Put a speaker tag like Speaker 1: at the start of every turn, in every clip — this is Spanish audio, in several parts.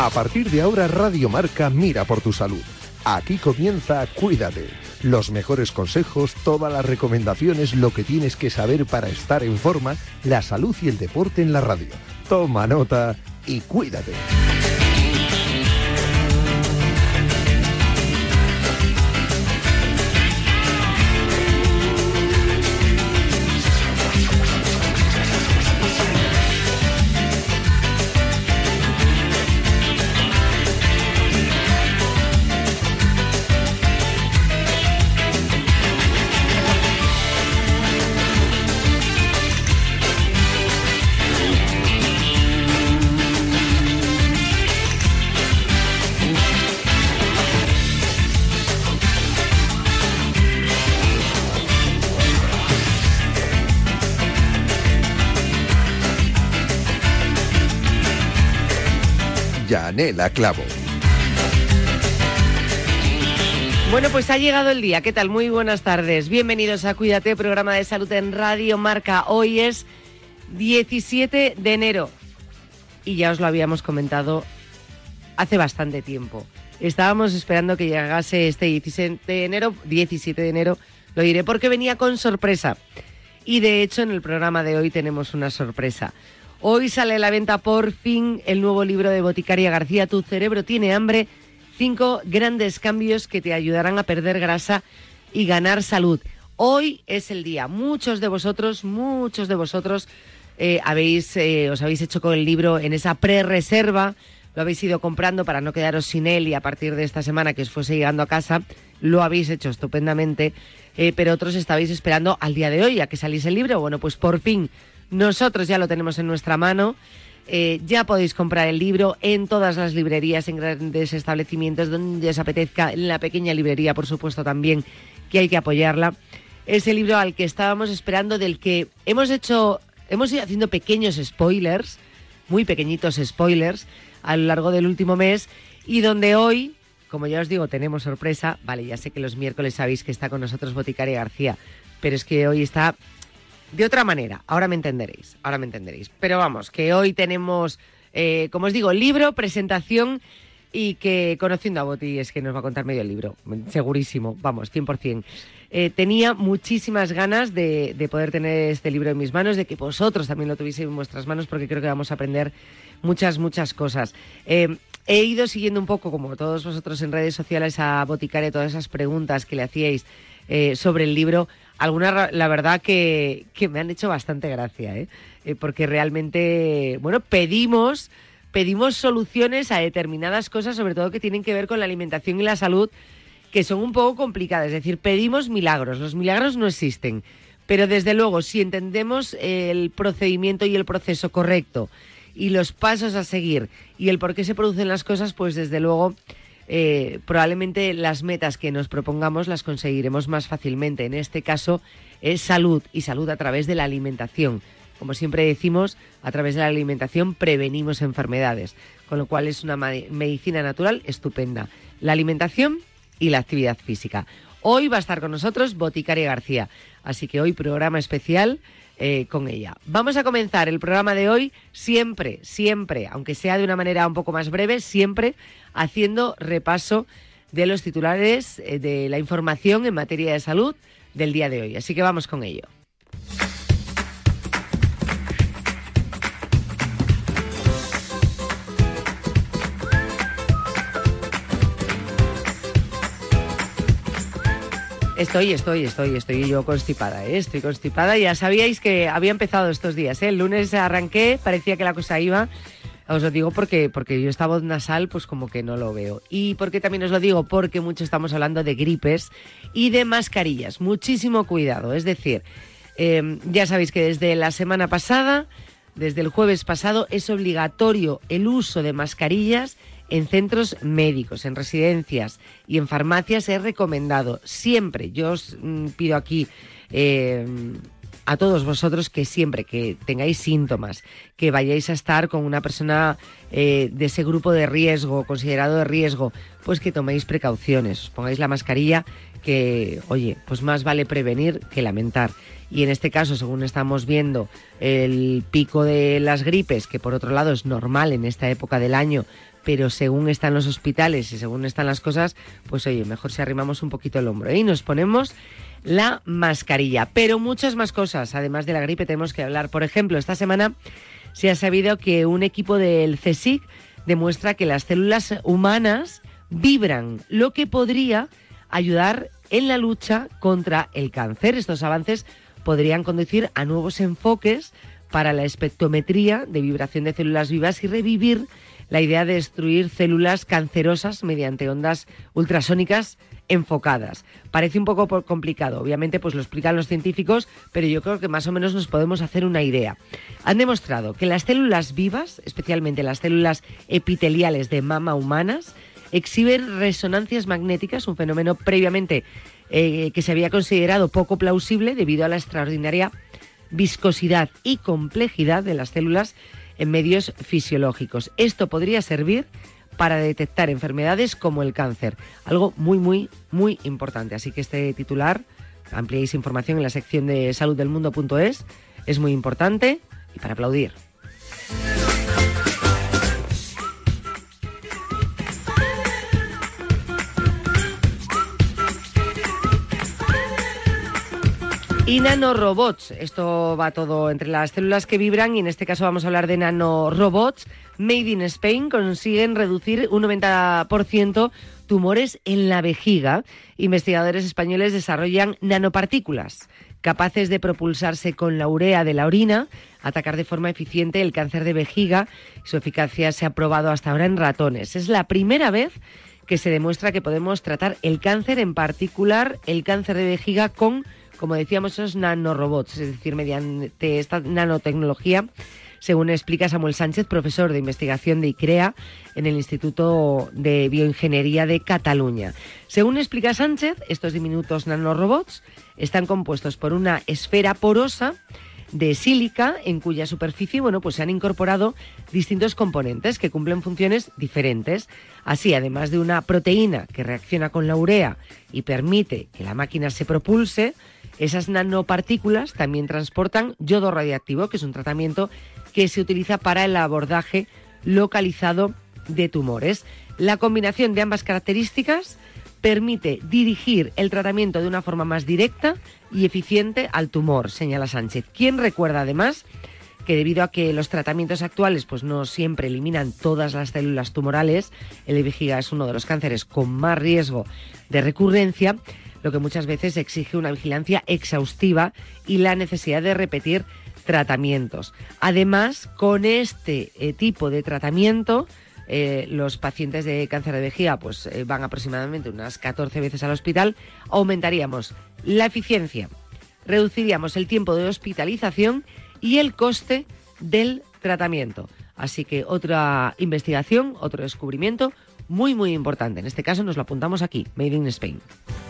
Speaker 1: A partir de ahora, Radio Marca mira por tu salud. Aquí comienza Cuídate. Los mejores consejos, todas las recomendaciones, lo que tienes que saber para estar en forma, la salud y el deporte en la radio. Toma nota y cuídate. Yanela Clavo.
Speaker 2: Bueno, pues ha llegado el día. ¿Qué tal? Muy buenas tardes. Bienvenidos a Cuídate, programa de salud en Radio Marca. Hoy es 17 de enero y ya os lo habíamos comentado hace bastante tiempo. Estábamos esperando que llegase este 17 de enero, lo diré porque venía con sorpresa. Y de hecho en el programa de hoy tenemos una sorpresa. Hoy sale a la venta por fin el nuevo libro de Boticaria García, Tu cerebro tiene hambre, 5 grandes cambios que te ayudarán a perder grasa y ganar salud. Hoy es el día. Muchos de vosotros os habéis hecho con el libro en esa pre-reserva, lo habéis ido comprando para no quedaros sin él y a partir de esta semana que os fuese llegando a casa, lo habéis hecho estupendamente, pero otros estabais esperando al día de hoy a que saliese el libro. Bueno, pues por fin nosotros ya lo tenemos en nuestra mano, ya podéis comprar el libro en todas las librerías, en grandes establecimientos, donde os apetezca, en la pequeña librería, por supuesto, también, que hay que apoyarla. Es el libro al que estábamos esperando, del que hemos ido haciendo pequeños spoilers, muy pequeñitos spoilers, a lo largo del último mes, y donde hoy, como ya os digo, tenemos sorpresa. Vale, ya sé que los miércoles sabéis que está con nosotros Boticaria García, pero es que hoy está de otra manera, ahora me entenderéis. Pero vamos, que hoy tenemos, como os digo, libro, presentación, y que conociendo a Boti es que nos va a contar medio el libro, segurísimo, vamos, 100%. Tenía muchísimas ganas de poder tener este libro en mis manos, de que vosotros también lo tuvieseis en vuestras manos, porque creo que vamos a aprender muchas cosas. He ido siguiendo un poco, como todos vosotros en redes sociales, a Boticaria, todas esas preguntas que le hacíais sobre el libro. Algunas, la verdad, que me han hecho bastante gracia, porque realmente, bueno, pedimos soluciones a determinadas cosas, sobre todo que tienen que ver con la alimentación y la salud, que son un poco complicadas. Es decir, pedimos milagros. Los milagros no existen, pero desde luego, si entendemos el procedimiento y el proceso correcto y los pasos a seguir y el por qué se producen las cosas, pues desde luego probablemente las metas que nos propongamos las conseguiremos más fácilmente. En este caso es salud, y salud a través de la alimentación. Como siempre decimos, a través de la alimentación prevenimos enfermedades, con lo cual es una medicina natural estupenda. La alimentación y la actividad física. Hoy va a estar con nosotros Boticaria García, así que hoy programa especial con ella. Vamos a comenzar el programa de hoy siempre, aunque sea de una manera un poco más breve, siempre haciendo repaso de los titulares de la información en materia de salud del día de hoy. Así que vamos con ello. Estoy yo constipada, Estoy constipada. Ya sabíais que había empezado estos días, El lunes arranqué, parecía que la cosa iba. Os lo digo porque yo esta voz nasal pues como que no lo veo. Y porque también os lo digo porque mucho estamos hablando de gripes y de mascarillas. Muchísimo cuidado. Es decir, ya sabéis que desde la semana pasada, desde el jueves pasado, es obligatorio el uso de mascarillas en centros médicos, en residencias y en farmacias. Es recomendado siempre. Yo os pido aquí a todos vosotros que siempre que tengáis síntomas, que vayáis a estar con una persona de ese grupo de riesgo, considerado de riesgo, pues que toméis precauciones, os pongáis la mascarilla, que, oye, pues más vale prevenir que lamentar. Y en este caso, según estamos viendo, el pico de las gripes, que por otro lado es normal en esta época del año, pero según están los hospitales y según están las cosas, pues oye, mejor si arrimamos un poquito el hombro y nos ponemos la mascarilla. Pero muchas más cosas, además de la gripe, tenemos que hablar. Por ejemplo, esta semana se ha sabido que un equipo del CSIC demuestra que las células humanas vibran, lo que podría ayudar en la lucha contra el cáncer. Estos avances podrían conducir a nuevos enfoques para la espectrometría de vibración de células vivas y revivir la idea de destruir células cancerosas mediante ondas ultrasónicas enfocadas. Parece un poco complicado, obviamente pues lo explican los científicos, pero yo creo que más o menos nos podemos hacer una idea. Han demostrado que las células vivas, especialmente las células epiteliales de mama humanas, exhiben resonancias magnéticas, un fenómeno previamente que se había considerado poco plausible debido a la extraordinaria viscosidad y complejidad de las células en medios fisiológicos. Esto podría servir para detectar enfermedades como el cáncer, algo muy, muy, muy importante. Así que este titular, ampliéis información en la sección de saluddelmundo.es, es muy importante y para aplaudir. Y nanorobots, esto va todo entre las células que vibran y en este caso vamos a hablar de nanorobots. Made in Spain consiguen reducir un 90% tumores en la vejiga. Investigadores españoles desarrollan nanopartículas capaces de propulsarse con la urea de la orina, atacar de forma eficiente el cáncer de vejiga. Su eficacia se ha probado hasta ahora en ratones. Es la primera vez que se demuestra que podemos tratar el cáncer, en particular el cáncer de vejiga, con, como decíamos, esos nanorobots, es decir, mediante esta nanotecnología, según explica Samuel Sánchez, profesor de investigación de ICREA en el Instituto de Bioingeniería de Cataluña. Según explica Sánchez, estos diminutos nanorobots están compuestos por una esfera porosa de sílica en cuya superficie, pues se han incorporado distintos componentes que cumplen funciones diferentes. Así, además de una proteína que reacciona con la urea y permite que la máquina se propulse, esas nanopartículas también transportan yodo radiactivo, que es un tratamiento que se utiliza para el abordaje localizado de tumores. La combinación de ambas características permite dirigir el tratamiento de una forma más directa y eficiente al tumor, señala Sánchez, quien recuerda además que debido a que los tratamientos actuales no siempre eliminan todas las células tumorales, el de vejiga es uno de los cánceres con más riesgo de recurrencia, lo que muchas veces exige una vigilancia exhaustiva y la necesidad de repetir tratamientos. Además, con este tipo de tratamiento, los pacientes de cáncer de vejiga van aproximadamente unas 14 veces al hospital, aumentaríamos la eficiencia, reduciríamos el tiempo de hospitalización y el coste del tratamiento. Así que otra investigación, otro descubrimiento muy, muy importante. En este caso nos lo apuntamos aquí, Made in Spain.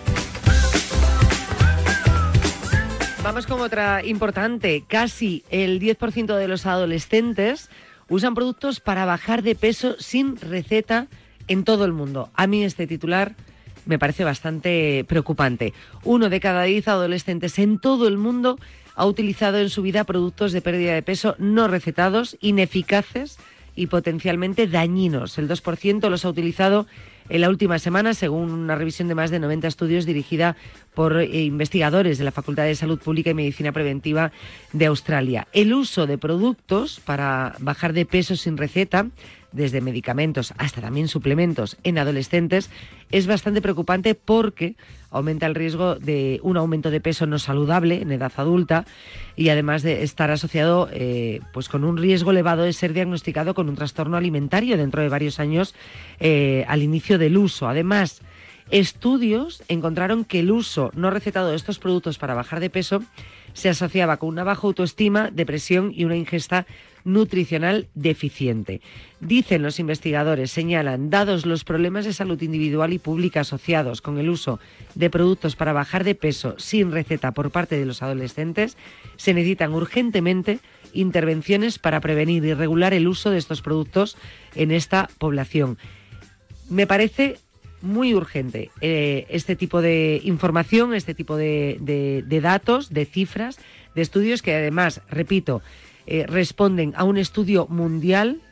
Speaker 2: Vamos con otra importante. Casi el 10% de los adolescentes usan productos para bajar de peso sin receta en todo el mundo. A mí este titular me parece bastante preocupante. 1 de cada 10 adolescentes en todo el mundo ha utilizado en su vida productos de pérdida de peso no recetados, ineficaces y potencialmente dañinos. El 2% los ha utilizado en la última semana, según una revisión de más de 90 estudios dirigida por investigadores de la Facultad de Salud Pública y Medicina Preventiva de Australia. El uso de productos para bajar de peso sin receta, desde medicamentos hasta también suplementos en adolescentes, es bastante preocupante porque aumenta el riesgo de un aumento de peso no saludable en edad adulta y además de estar asociado con un riesgo elevado de ser diagnosticado con un trastorno alimentario dentro de varios años al inicio del uso. Además, estudios encontraron que el uso no recetado de estos productos para bajar de peso se asociaba con una baja autoestima, depresión y una ingesta nutricional deficiente. Dicen los investigadores, señalan, dados los problemas de salud individual y pública asociados con el uso de productos para bajar de peso sin receta por parte de los adolescentes, se necesitan urgentemente intervenciones para prevenir y regular el uso de estos productos en esta población. Me parece muy urgente este tipo de información, este tipo de datos, de cifras, de estudios que además, repito, responden a un estudio mundial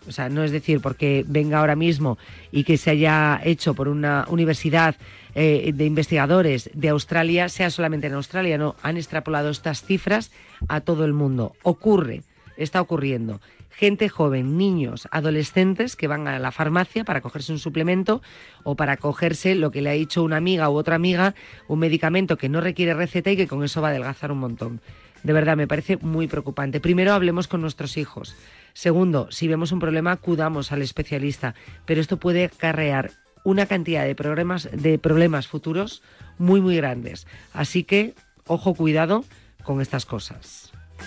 Speaker 2: O sea, no es decir, porque venga ahora mismo y que se haya hecho por una universidad de investigadores de Australia, sea solamente en Australia, no, han extrapolado estas cifras a todo el mundo. Está ocurriendo. Gente joven, niños, adolescentes que van a la farmacia para cogerse un suplemento o para cogerse lo que le ha dicho una amiga u otra amiga, un medicamento que no requiere receta y que con eso va a adelgazar un montón. De verdad, me parece muy preocupante. Primero, hablemos con nuestros hijos. Segundo, si vemos un problema, acudamos al especialista. Pero esto puede acarrear una cantidad de problemas futuros muy, muy grandes. Así que, ojo, cuidado con estas cosas.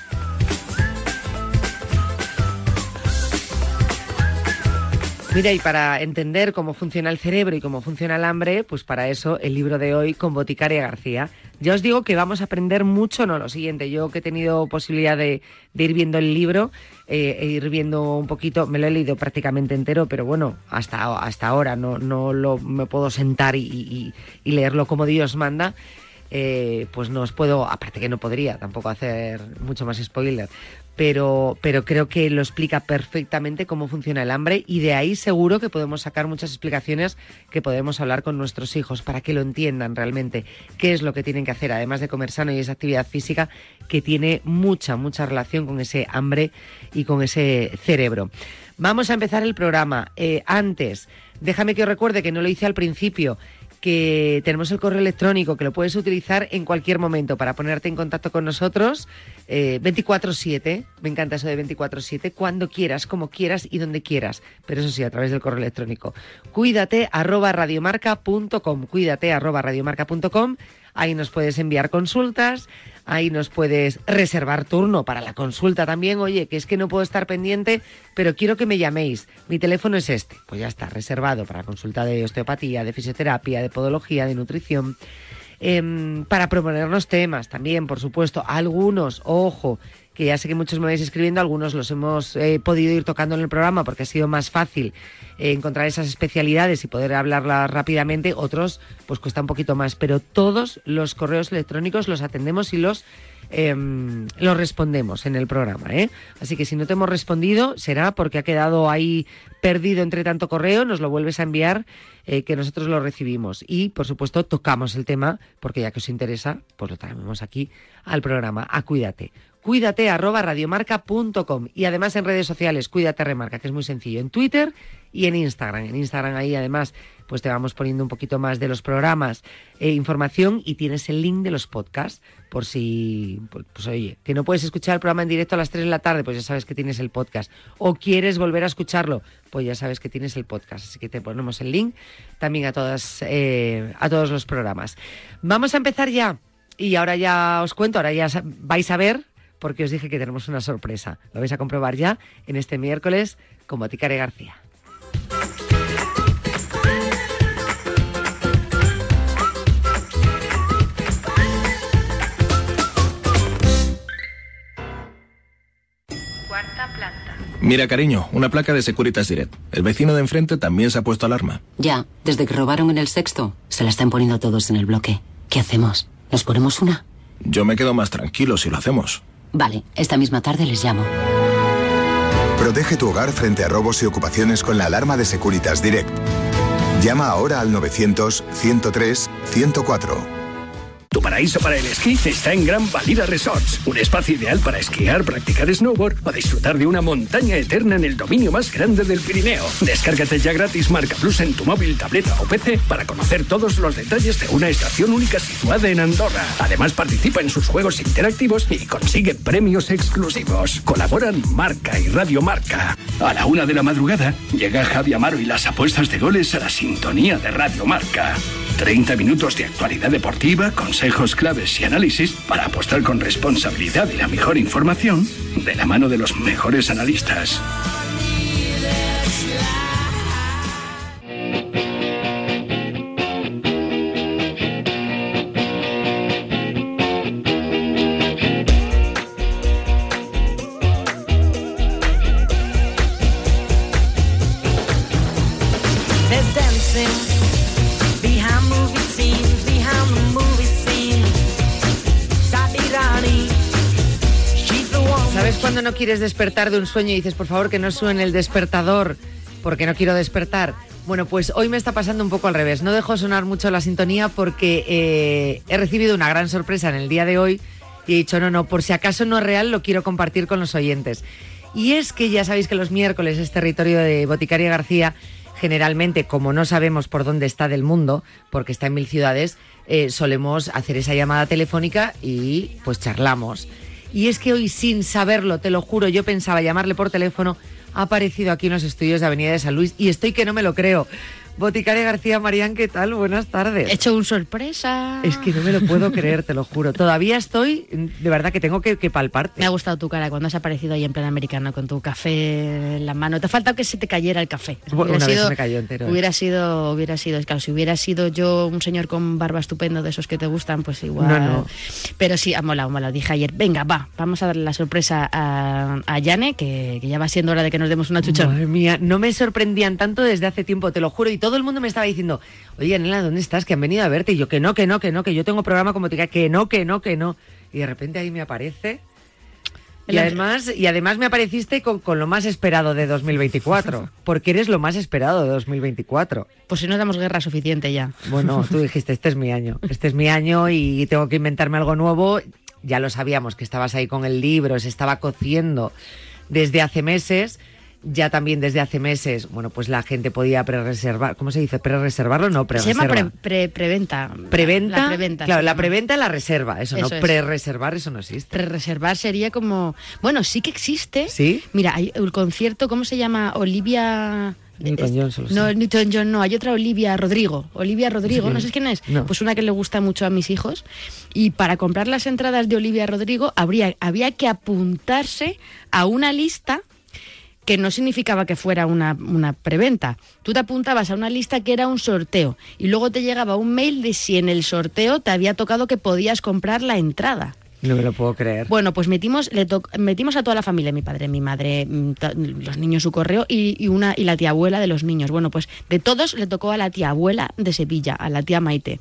Speaker 2: Mira, y para entender cómo funciona el cerebro y cómo funciona el hambre, pues para eso el libro de hoy con Boticaria García. Ya os digo que vamos a aprender mucho, no lo siguiente, yo que he tenido posibilidad de ir viendo el libro, e ir viendo un poquito, me lo he leído prácticamente entero, pero bueno, hasta ahora no me puedo sentar y leerlo como Dios manda. Pues no os puedo, aparte que no podría tampoco hacer mucho más spoiler, pero creo que lo explica perfectamente cómo funciona el hambre y de ahí seguro que podemos sacar muchas explicaciones que podemos hablar con nuestros hijos para que lo entiendan realmente, qué es lo que tienen que hacer, además de comer sano y esa actividad física que tiene mucha relación con ese hambre y con ese cerebro. Vamos a empezar el programa. Antes, déjame que os recuerde que no lo hice al principio, que tenemos el correo electrónico que lo puedes utilizar en cualquier momento para ponerte en contacto con nosotros 24/7, me encanta eso de 24/7, cuando quieras, como quieras y donde quieras, pero eso sí, a través del correo electrónico. cuídate@radiomarca.com, ahí nos puedes enviar consultas, ahí nos puedes reservar turno para la consulta también. Oye, que es que no puedo estar pendiente, pero quiero que me llaméis. Mi teléfono es este. Pues ya está, reservado para consulta de osteopatía, de fisioterapia, de podología, de nutrición. Para proponernos temas también, por supuesto. Algunos, ojo, que ya sé que muchos me vais escribiendo, algunos los hemos podido ir tocando en el programa porque ha sido más fácil encontrar esas especialidades y poder hablarlas rápidamente. Otros, pues cuesta un poquito más, pero todos los correos electrónicos los atendemos y los respondemos en el programa, ¿eh? Así que si no te hemos respondido será porque ha quedado ahí perdido entre tanto correo, nos lo vuelves a enviar, que nosotros lo recibimos y por supuesto tocamos el tema porque ya que os interesa pues lo traemos aquí al programa. Cuídate @radiomarca.com y además en redes sociales Cuídate Remarca, que es muy sencillo, en Twitter y en Instagram. En Instagram ahí además pues te vamos poniendo un poquito más de los programas, información, y tienes el link de los podcasts por si, pues oye, que no puedes escuchar el programa en directo a las 3 de la tarde, pues ya sabes que tienes el podcast, o quieres volver a escucharlo, pues ya sabes que tienes el podcast, así que te ponemos el link también a todos los programas. Vamos a empezar ya, y ahora ya os cuento, ahora ya vais a ver, porque os dije que tenemos una sorpresa. Lo vais a comprobar ya en este miércoles con Boticaria García.
Speaker 3: Cuarta planta.
Speaker 4: Mira, cariño, una placa de Securitas Direct. El vecino de enfrente también se ha puesto alarma.
Speaker 3: Ya, desde que robaron en el sexto, se la están poniendo todos en el bloque. ¿Qué hacemos? ¿Nos ponemos una?
Speaker 4: Yo me quedo más tranquilo si lo hacemos.
Speaker 3: Vale, esta misma tarde les llamo.
Speaker 5: Protege tu hogar frente a robos y ocupaciones con la alarma de Securitas Direct. Llama ahora al 900-103-104.
Speaker 6: Tu paraíso para el esquí está en Gran Valira Resorts, un espacio ideal para esquiar, practicar snowboard o disfrutar de una montaña eterna en el dominio más grande del Pirineo. Descárgate ya gratis Marca Plus en tu móvil, tableta o PC para conocer todos los detalles de una estación única situada en Andorra. Además, participa en sus juegos interactivos y consigue premios exclusivos. Colaboran Marca y Radio Marca. A la 1 de la madrugada llega Javi Amaro y las apuestas de goles a la sintonía de Radio Marca. 30 minutos de actualidad deportiva, consejos claves y análisis para apostar con responsabilidad y la mejor información de la mano de los mejores analistas.
Speaker 2: cuando no quieres despertar de un sueño y dices, por favor, que no suene el despertador, porque no quiero despertar? Bueno, pues hoy me está pasando un poco al revés. No dejo sonar mucho la sintonía porque he recibido una gran sorpresa en el día de hoy y he dicho, no, por si acaso no es real, lo quiero compartir con los oyentes. Y es que ya sabéis que los miércoles es territorio de Boticaria García. Generalmente, como no sabemos por dónde está del mundo, porque está en 1000 ciudades, solemos hacer esa llamada telefónica y pues charlamos. Y es que hoy, sin saberlo, te lo juro, yo pensaba llamarle por teléfono, ha aparecido aquí en los estudios de Avenida de San Luis y estoy que no me lo creo. Boticaria García, Marian, ¿qué tal? Buenas tardes.
Speaker 7: He hecho un sorpresa.
Speaker 2: Es que no me lo puedo creer, te lo juro. Todavía estoy, de verdad que tengo que palparte.
Speaker 7: Me ha gustado tu cara cuando has aparecido ahí en plan americano con tu café en la mano. Te ha faltado que se te cayera el café.
Speaker 2: Una vez se me cayó entero.
Speaker 7: Hubiera sido, claro, si hubiera sido yo un señor con barba estupendo de esos que te gustan, pues igual. No. Pero sí, ha molado. Dije ayer, venga, vamos a darle la sorpresa a Yane, que ya va siendo hora de que nos demos una chuchón.
Speaker 2: Madre mía, no me sorprendían tanto desde hace tiempo, te lo juro, y todo el mundo me estaba diciendo, oye, Anela, ¿dónde estás? Que han venido a verte. Y yo, que no, que yo tengo programa como te diga, que no. Y de repente ahí me aparece. Y además me apareciste con lo más esperado de 2024, porque eres lo más esperado de 2024.
Speaker 7: Pues si no damos guerra suficiente ya.
Speaker 2: Bueno, tú dijiste, este es mi año y tengo que inventarme algo nuevo. Ya lo sabíamos, que estabas ahí con el libro, se estaba cociendo desde hace meses. Ya también desde hace meses, bueno, pues la gente podía pre-reservar. ¿Cómo se dice? ¿Pre-reservarlo? No, pre-reserva.
Speaker 7: Se llama preventa.
Speaker 2: ¿Preventa?
Speaker 7: La preventa.
Speaker 2: Claro, la preventa, la reserva. Eso no, pre-reservar, eso no existe.
Speaker 7: Pre-reservar sería como... Bueno, sí que existe.
Speaker 2: ¿Sí?
Speaker 7: Mira, hay el concierto, ¿cómo se llama? Olivia...
Speaker 2: Newton-John, solo
Speaker 7: no, Newton-John no, hay otra Olivia Rodrigo, no sé quién es,
Speaker 2: no.
Speaker 7: Pues una que le gusta mucho a mis hijos, y para comprar las entradas de Olivia Rodrigo había que apuntarse a una lista que no significaba que fuera una preventa. Tú te apuntabas a una lista que era un sorteo y luego te llegaba un mail de si en el sorteo te había tocado que podías comprar la entrada.
Speaker 2: No me lo puedo creer.
Speaker 7: Bueno, pues metimos a toda la familia, mi padre, mi madre, los niños su correo y la tía abuela de los niños. Bueno, pues de todos le tocó a la tía abuela de Sevilla, a la tía Maite.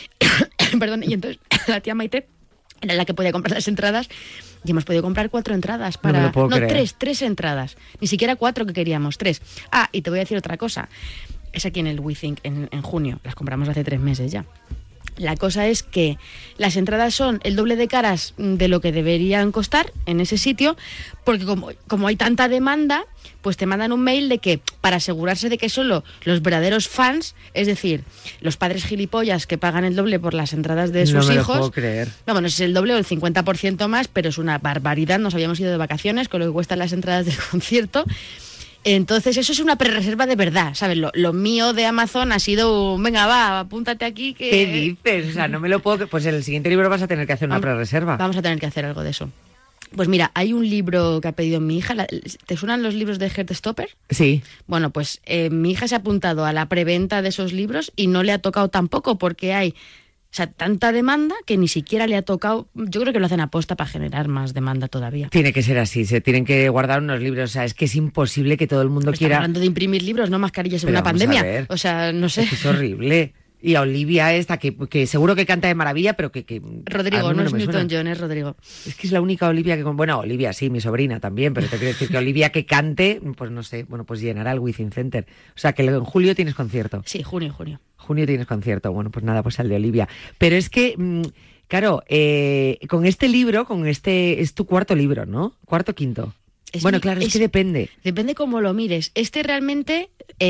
Speaker 7: Perdón, y entonces la tía Maite era la que podía comprar las entradas y hemos podido comprar 4 entradas para...
Speaker 2: No,
Speaker 7: tres entradas. Ni siquiera 4 que queríamos, 3. Ah, y te voy a decir otra cosa. Es aquí en el WeThink en junio. Las compramos hace 3 meses ya. La cosa es que las entradas son el doble de caras de lo que deberían costar en ese sitio, porque como hay tanta demanda, pues te mandan un mail de que para asegurarse de que solo los verdaderos fans, es decir, los padres gilipollas que pagan el doble por las entradas de sus hijos... No me lo
Speaker 2: puedo creer.
Speaker 7: No, bueno, es el doble o el 50% más, pero es una barbaridad. Nos habíamos ido de vacaciones con lo que cuestan las entradas del concierto. Entonces eso es una prerreserva de verdad, ¿sabes? Lo mío de Amazon ha sido, venga, va, apúntate aquí que...
Speaker 2: ¿Qué dices? O sea, no me lo puedo... Pues en el siguiente libro vas a tener que hacer una prerreserva.
Speaker 7: Vamos a tener que hacer algo de eso. Pues mira, hay un libro que ha pedido mi hija. ¿Te suenan los libros de Heartstopper?
Speaker 2: Sí.
Speaker 7: Bueno, pues mi hija se ha apuntado a la preventa de esos libros y no le ha tocado tampoco porque hay... O sea, tanta demanda que ni siquiera le ha tocado... Yo creo que lo hacen aposta para generar más demanda todavía.
Speaker 2: Tiene que ser así, se tienen que guardar unos libros. O sea, es que es imposible que todo el mundo quiera...
Speaker 7: Estamos hablando de imprimir libros, no mascarillas en una pandemia. O sea, no sé.
Speaker 2: Es horrible. Y a Olivia esta, que seguro que canta de maravilla, pero que
Speaker 7: Rodrigo, no es Newton-John, es Rodrigo.
Speaker 2: Es que es la única Olivia que... Bueno, Olivia sí, mi sobrina también, pero te quiero decir que Olivia que cante, pues no sé, bueno, pues llenará el WeThink Center. O sea, que en julio tienes concierto.
Speaker 7: Sí, junio.
Speaker 2: Junio tienes concierto, bueno, pues nada, pues al de Olivia. Pero es que, claro, con este libro, es tu 4º libro, ¿no? 4º, 5º. Es que depende.
Speaker 7: Depende cómo lo mires. Este realmente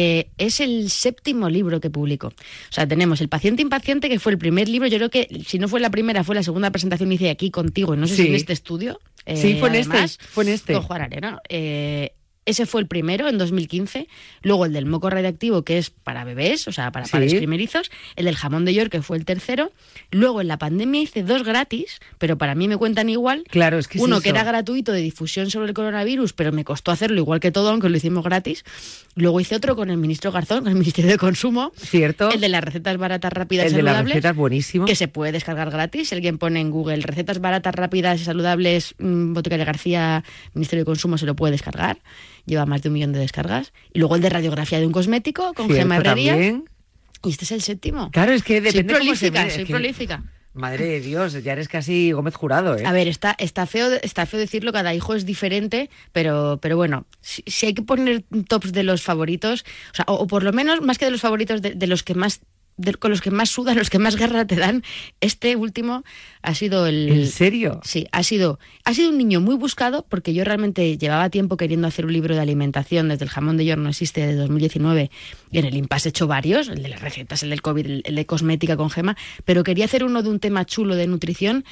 Speaker 7: es el 7º libro que publico. O sea, tenemos El paciente impaciente, que fue el primer libro. Yo creo que, si no fue la primera, fue la segunda presentación que hice aquí contigo. No sé si en este estudio.
Speaker 2: Sí, fue en este.
Speaker 7: Con Juan Arena. Ese fue el primero, en 2015. Luego el del moco radiactivo, que es para bebés, o sea, para padres primerizos. El del jamón de York, que fue el 3º. Luego en la pandemia hice 2 gratis, pero para mí me cuentan igual.
Speaker 2: Claro, es que
Speaker 7: uno
Speaker 2: es
Speaker 7: que era gratuito de difusión sobre el coronavirus, pero me costó hacerlo igual que todo, aunque lo hicimos gratis. Luego hice otro con el ministro Garzón, con el Ministerio de Consumo.
Speaker 2: Cierto.
Speaker 7: El de las recetas baratas, rápidas y
Speaker 2: saludables. El de las recetas, buenísimo.
Speaker 7: Que se puede descargar gratis. Si alguien pone en Google recetas baratas, rápidas y saludables, Boticaria García, Ministerio de Consumo, se lo puede descargar. Lleva más de 1 millón de descargas. Y luego el de radiografía de un cosmético con Gemma Herrería.
Speaker 2: También.
Speaker 7: Y este es el 7º.
Speaker 2: Claro, es que depende
Speaker 7: soy prolífica.
Speaker 2: Madre de Dios, ya eres casi Gómez Jurado, ¿eh?
Speaker 7: A ver, está feo decirlo, cada hijo es diferente, pero bueno, si hay que poner tops de los favoritos, o sea, o por lo menos, más que de los favoritos, de los que más... con los que más sudan, los que más guerra te dan, este último ha sido
Speaker 2: ¿En serio?
Speaker 7: Sí, ha sido un niño muy buscado, porque yo realmente llevaba tiempo queriendo hacer un libro de alimentación, desde El jamón de York no existe, de 2019, y en el impasse he hecho varios, el de las recetas, el del COVID, el de cosmética con Gema, pero quería hacer uno de un tema chulo de nutrición.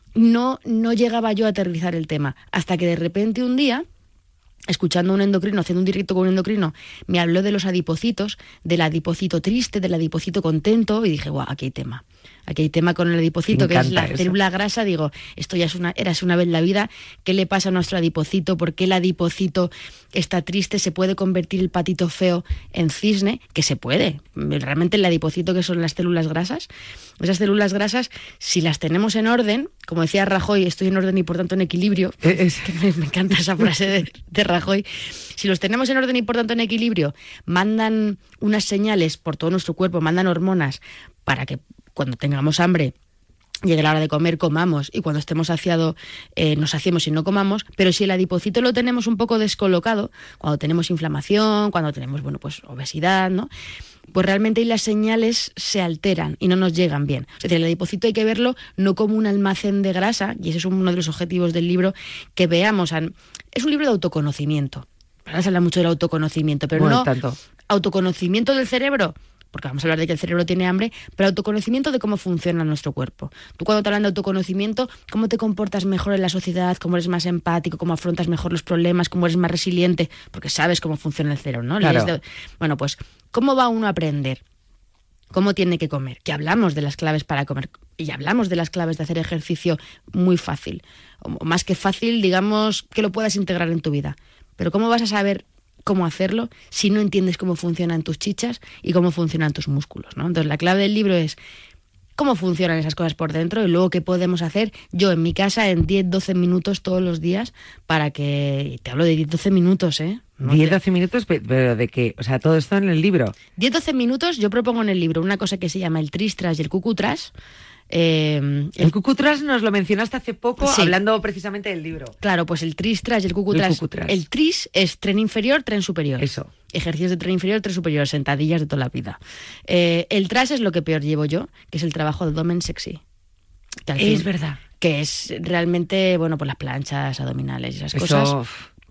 Speaker 7: No llegaba yo a aterrizar el tema, hasta que de repente un día, escuchando a un endocrino, haciendo un directo con un endocrino, me habló de los adipocitos, del adipocito triste, del adipocito contento, y dije, guau, aquí hay tema. Aquí hay tema con el adipocito, que es la célula grasa. Digo, esto ya érase una vez la vida. ¿Qué le pasa a nuestro adipocito? ¿Por qué el adipocito está triste? ¿Se puede convertir el patito feo en cisne? Que se puede. Realmente el adipocito, que son las células grasas, esas células grasas, si las tenemos en orden, como decía Rajoy, estoy en orden y por tanto en equilibrio, que me encanta esa frase de Rajoy, si los tenemos en orden y por tanto en equilibrio, mandan unas señales por todo nuestro cuerpo, mandan hormonas para que cuando tengamos hambre, llegue la hora de comer, comamos, y cuando estemos saciados nos saciemos y no comamos. Pero si el adipocito lo tenemos un poco descolocado, cuando tenemos inflamación, cuando tenemos, bueno, pues obesidad, ¿no?, pues realmente ahí las señales se alteran y no nos llegan bien. Es decir, el adipocito hay que verlo no como un almacén de grasa, y ese es uno de los objetivos del libro, que veamos. Es un libro de autoconocimiento. Ahora se habla mucho del autoconocimiento, pero bueno, no tanto autoconocimiento del cerebro, porque vamos a hablar de que el cerebro tiene hambre, pero autoconocimiento de cómo funciona nuestro cuerpo. Tú, cuando te hablan de autoconocimiento, cómo te comportas mejor en la sociedad, cómo eres más empático, cómo afrontas mejor los problemas, cómo eres más resiliente, porque sabes cómo funciona el cerebro, ¿no?
Speaker 2: Claro.
Speaker 7: Bueno, pues, ¿cómo va uno a aprender? ¿Cómo tiene que comer? Que hablamos de las claves para comer, y hablamos de las claves de hacer ejercicio muy fácil. O más que fácil, digamos, que lo puedas integrar en tu vida. Pero ¿cómo vas a saber cómo hacerlo si no entiendes cómo funcionan tus chichas y cómo funcionan tus músculos, ¿no? Entonces, la clave del libro es cómo funcionan esas cosas por dentro, y luego qué podemos hacer yo en mi casa en 10-12 minutos todos los días, para que... Te hablo de 10-12 minutos, ¿eh? No
Speaker 2: 10-12 minutos, pero ¿de qué? O sea, todo esto en el libro.
Speaker 7: 10-12 minutos. Yo propongo en el libro una cosa que se llama el tris-tras y el cucu-tras.
Speaker 2: El cucu-tras nos lo mencionaste hace poco,
Speaker 7: sí,
Speaker 2: hablando precisamente del libro.
Speaker 7: Claro, pues el tris-tras y el cucu-tras. El tris es tren inferior, tren superior.
Speaker 2: Eso.
Speaker 7: Ejercicios de tren inferior, tren superior, sentadillas de toda la vida. El tras es lo que peor llevo yo, que es el trabajo de abdomen sexy.
Speaker 2: Es verdad.
Speaker 7: Que es realmente, bueno, pues las planchas abdominales y esas cosas.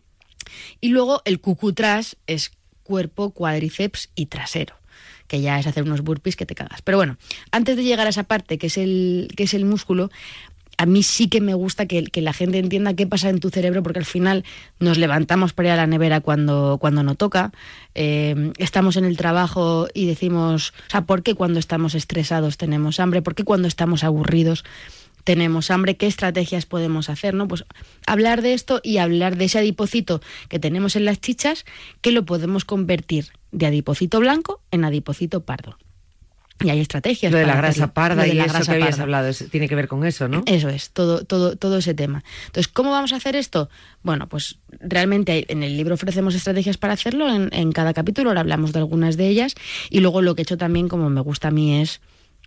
Speaker 7: Y luego el cucu-tras es cuerpo, cuádriceps y trasero, que ya es hacer unos burpees que te cagas. Pero bueno, antes de llegar a esa parte que es el músculo, a mí sí que me gusta que la gente entienda qué pasa en tu cerebro, porque al final nos levantamos para ir a la nevera cuando no toca, estamos en el trabajo y decimos, o sea, ¿por qué cuando estamos estresados tenemos hambre? ¿Por qué cuando estamos aburridos tenemos hambre? ¿Qué estrategias podemos hacer, no? Pues hablar de esto y hablar de ese adipocito que tenemos en las chichas, que lo podemos convertir de adipocito blanco en adipocito pardo. Y hay estrategias.
Speaker 2: Lo de la
Speaker 7: para
Speaker 2: grasa
Speaker 7: hacerlo.
Speaker 2: parda y
Speaker 7: la
Speaker 2: eso
Speaker 7: grasa
Speaker 2: que habías
Speaker 7: parda.
Speaker 2: hablado, tiene que ver con eso, ¿no?
Speaker 7: Eso es, todo ese tema. Entonces, ¿cómo vamos a hacer esto? Bueno, pues realmente en el libro ofrecemos estrategias para hacerlo en cada capítulo. Ahora hablamos de algunas de ellas. Y luego lo que he hecho también, como me gusta a mí, es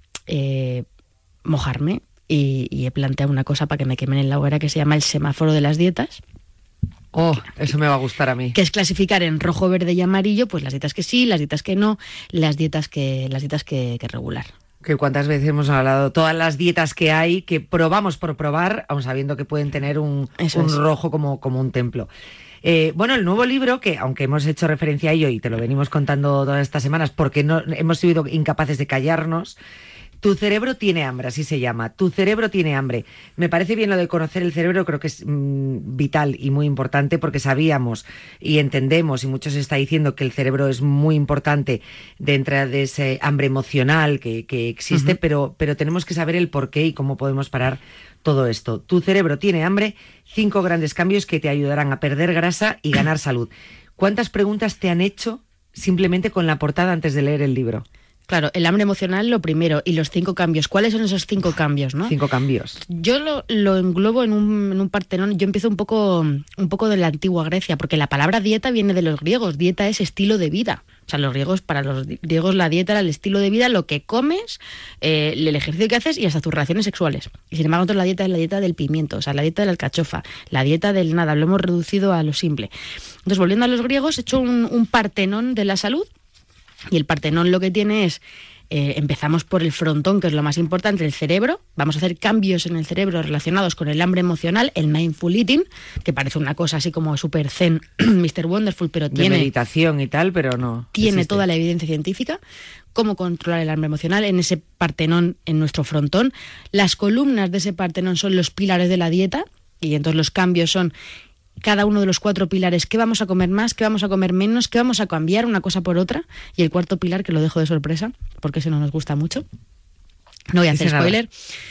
Speaker 7: mojarme. Y he planteado una cosa para que me quemen en la hoguera, que se llama el semáforo de las dietas.
Speaker 2: Oh, eso me va a gustar a mí.
Speaker 7: Que es clasificar en rojo, verde y amarillo, pues las dietas que sí, las dietas que no, las dietas que regular.
Speaker 2: Que cuántas veces hemos hablado, todas las dietas que hay, que probamos por probar, aun sabiendo que pueden tener un rojo como un templo. Bueno, el nuevo libro, que aunque hemos hecho referencia a ello y te lo venimos contando todas estas semanas, porque no hemos sido incapaces de callarnos. Tu cerebro tiene hambre, así se llama. Tu cerebro tiene hambre. Me parece bien lo de conocer el cerebro, creo que es vital y muy importante, porque sabíamos y entendemos, y mucho se está diciendo, que el cerebro es muy importante dentro de ese hambre emocional que existe, pero tenemos que saber el porqué y cómo podemos parar todo esto. Tu cerebro tiene hambre, 5 grandes cambios que te ayudarán a perder grasa y ganar salud. ¿Cuántas preguntas te han hecho simplemente con la portada antes de leer el libro?
Speaker 7: Claro, el hambre emocional lo primero, y los 5 cambios. ¿Cuáles son esos 5 cambios, no?
Speaker 2: 5 cambios.
Speaker 7: Yo lo englobo en un partenón. Yo empiezo un poco de la antigua Grecia, porque la palabra dieta viene de los griegos. Dieta es estilo de vida. O sea, para los griegos la dieta era el estilo de vida, lo que comes, el ejercicio que haces y hasta tus relaciones sexuales. Y sin embargo, la dieta es la dieta del pimiento, o sea, la dieta de la alcachofa, la dieta del nada, lo hemos reducido a lo simple. Entonces, volviendo a los griegos, he hecho un Partenón de la salud, y el Partenón lo que tiene es, empezamos por el frontón, que es lo más importante, el cerebro. Vamos a hacer cambios en el cerebro relacionados con el hambre emocional, el mindful eating, que parece una cosa así como súper zen, Mr. Wonderful, pero
Speaker 2: de
Speaker 7: tiene
Speaker 2: meditación y tal, pero no
Speaker 7: tiene
Speaker 2: existe.
Speaker 7: Toda la evidencia científica. Cómo controlar el hambre emocional en ese Partenón, en nuestro frontón. Las columnas de ese Partenón son los pilares de la dieta, y entonces los cambios son cada uno de los 4 pilares: qué vamos a comer más, qué vamos a comer menos, qué vamos a cambiar una cosa por otra, y el cuarto pilar, que lo dejo de sorpresa porque ese no nos gusta mucho, no voy a hacer spoiler.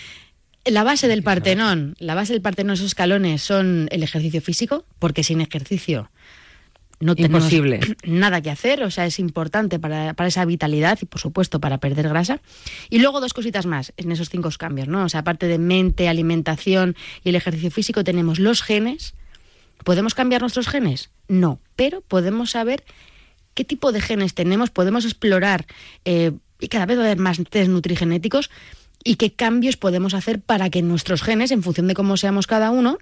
Speaker 7: La base del Partenón, esos escalones, son el ejercicio físico, porque sin ejercicio no tenemos nada que hacer, o sea, es importante para esa vitalidad y, por supuesto, para perder grasa. Y luego 2 cositas más en esos 5 cambios, ¿no? O sea, aparte de mente, alimentación y el ejercicio físico, tenemos los genes. ¿Podemos cambiar nuestros genes? No, pero podemos saber qué tipo de genes tenemos, podemos explorar, y cada vez va a haber más test nutrigenéticos, y qué cambios podemos hacer para que nuestros genes, en función de cómo seamos cada uno,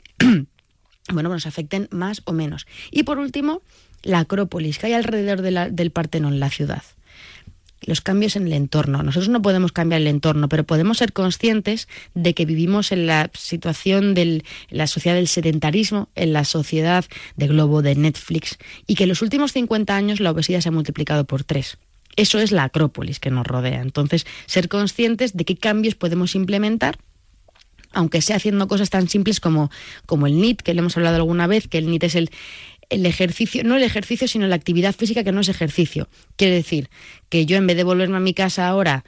Speaker 7: nos afecten más o menos. Y por último, la Acrópolis, que hay alrededor del Partenón, la ciudad. Los cambios en el entorno. Nosotros no podemos cambiar el entorno, pero podemos ser conscientes de que vivimos en la situación la sociedad del sedentarismo, en la sociedad de globo, de Netflix, y que en los últimos 50 años la obesidad se ha multiplicado por 3. Eso es la Acrópolis que nos rodea. Entonces, ser conscientes de qué cambios podemos implementar, aunque sea haciendo cosas tan simples como el NEAT, que le hemos hablado alguna vez, que el NEAT es el ejercicio, no el ejercicio, sino la actividad física que no es ejercicio. Quiere decir que yo, en vez de volverme a mi casa ahora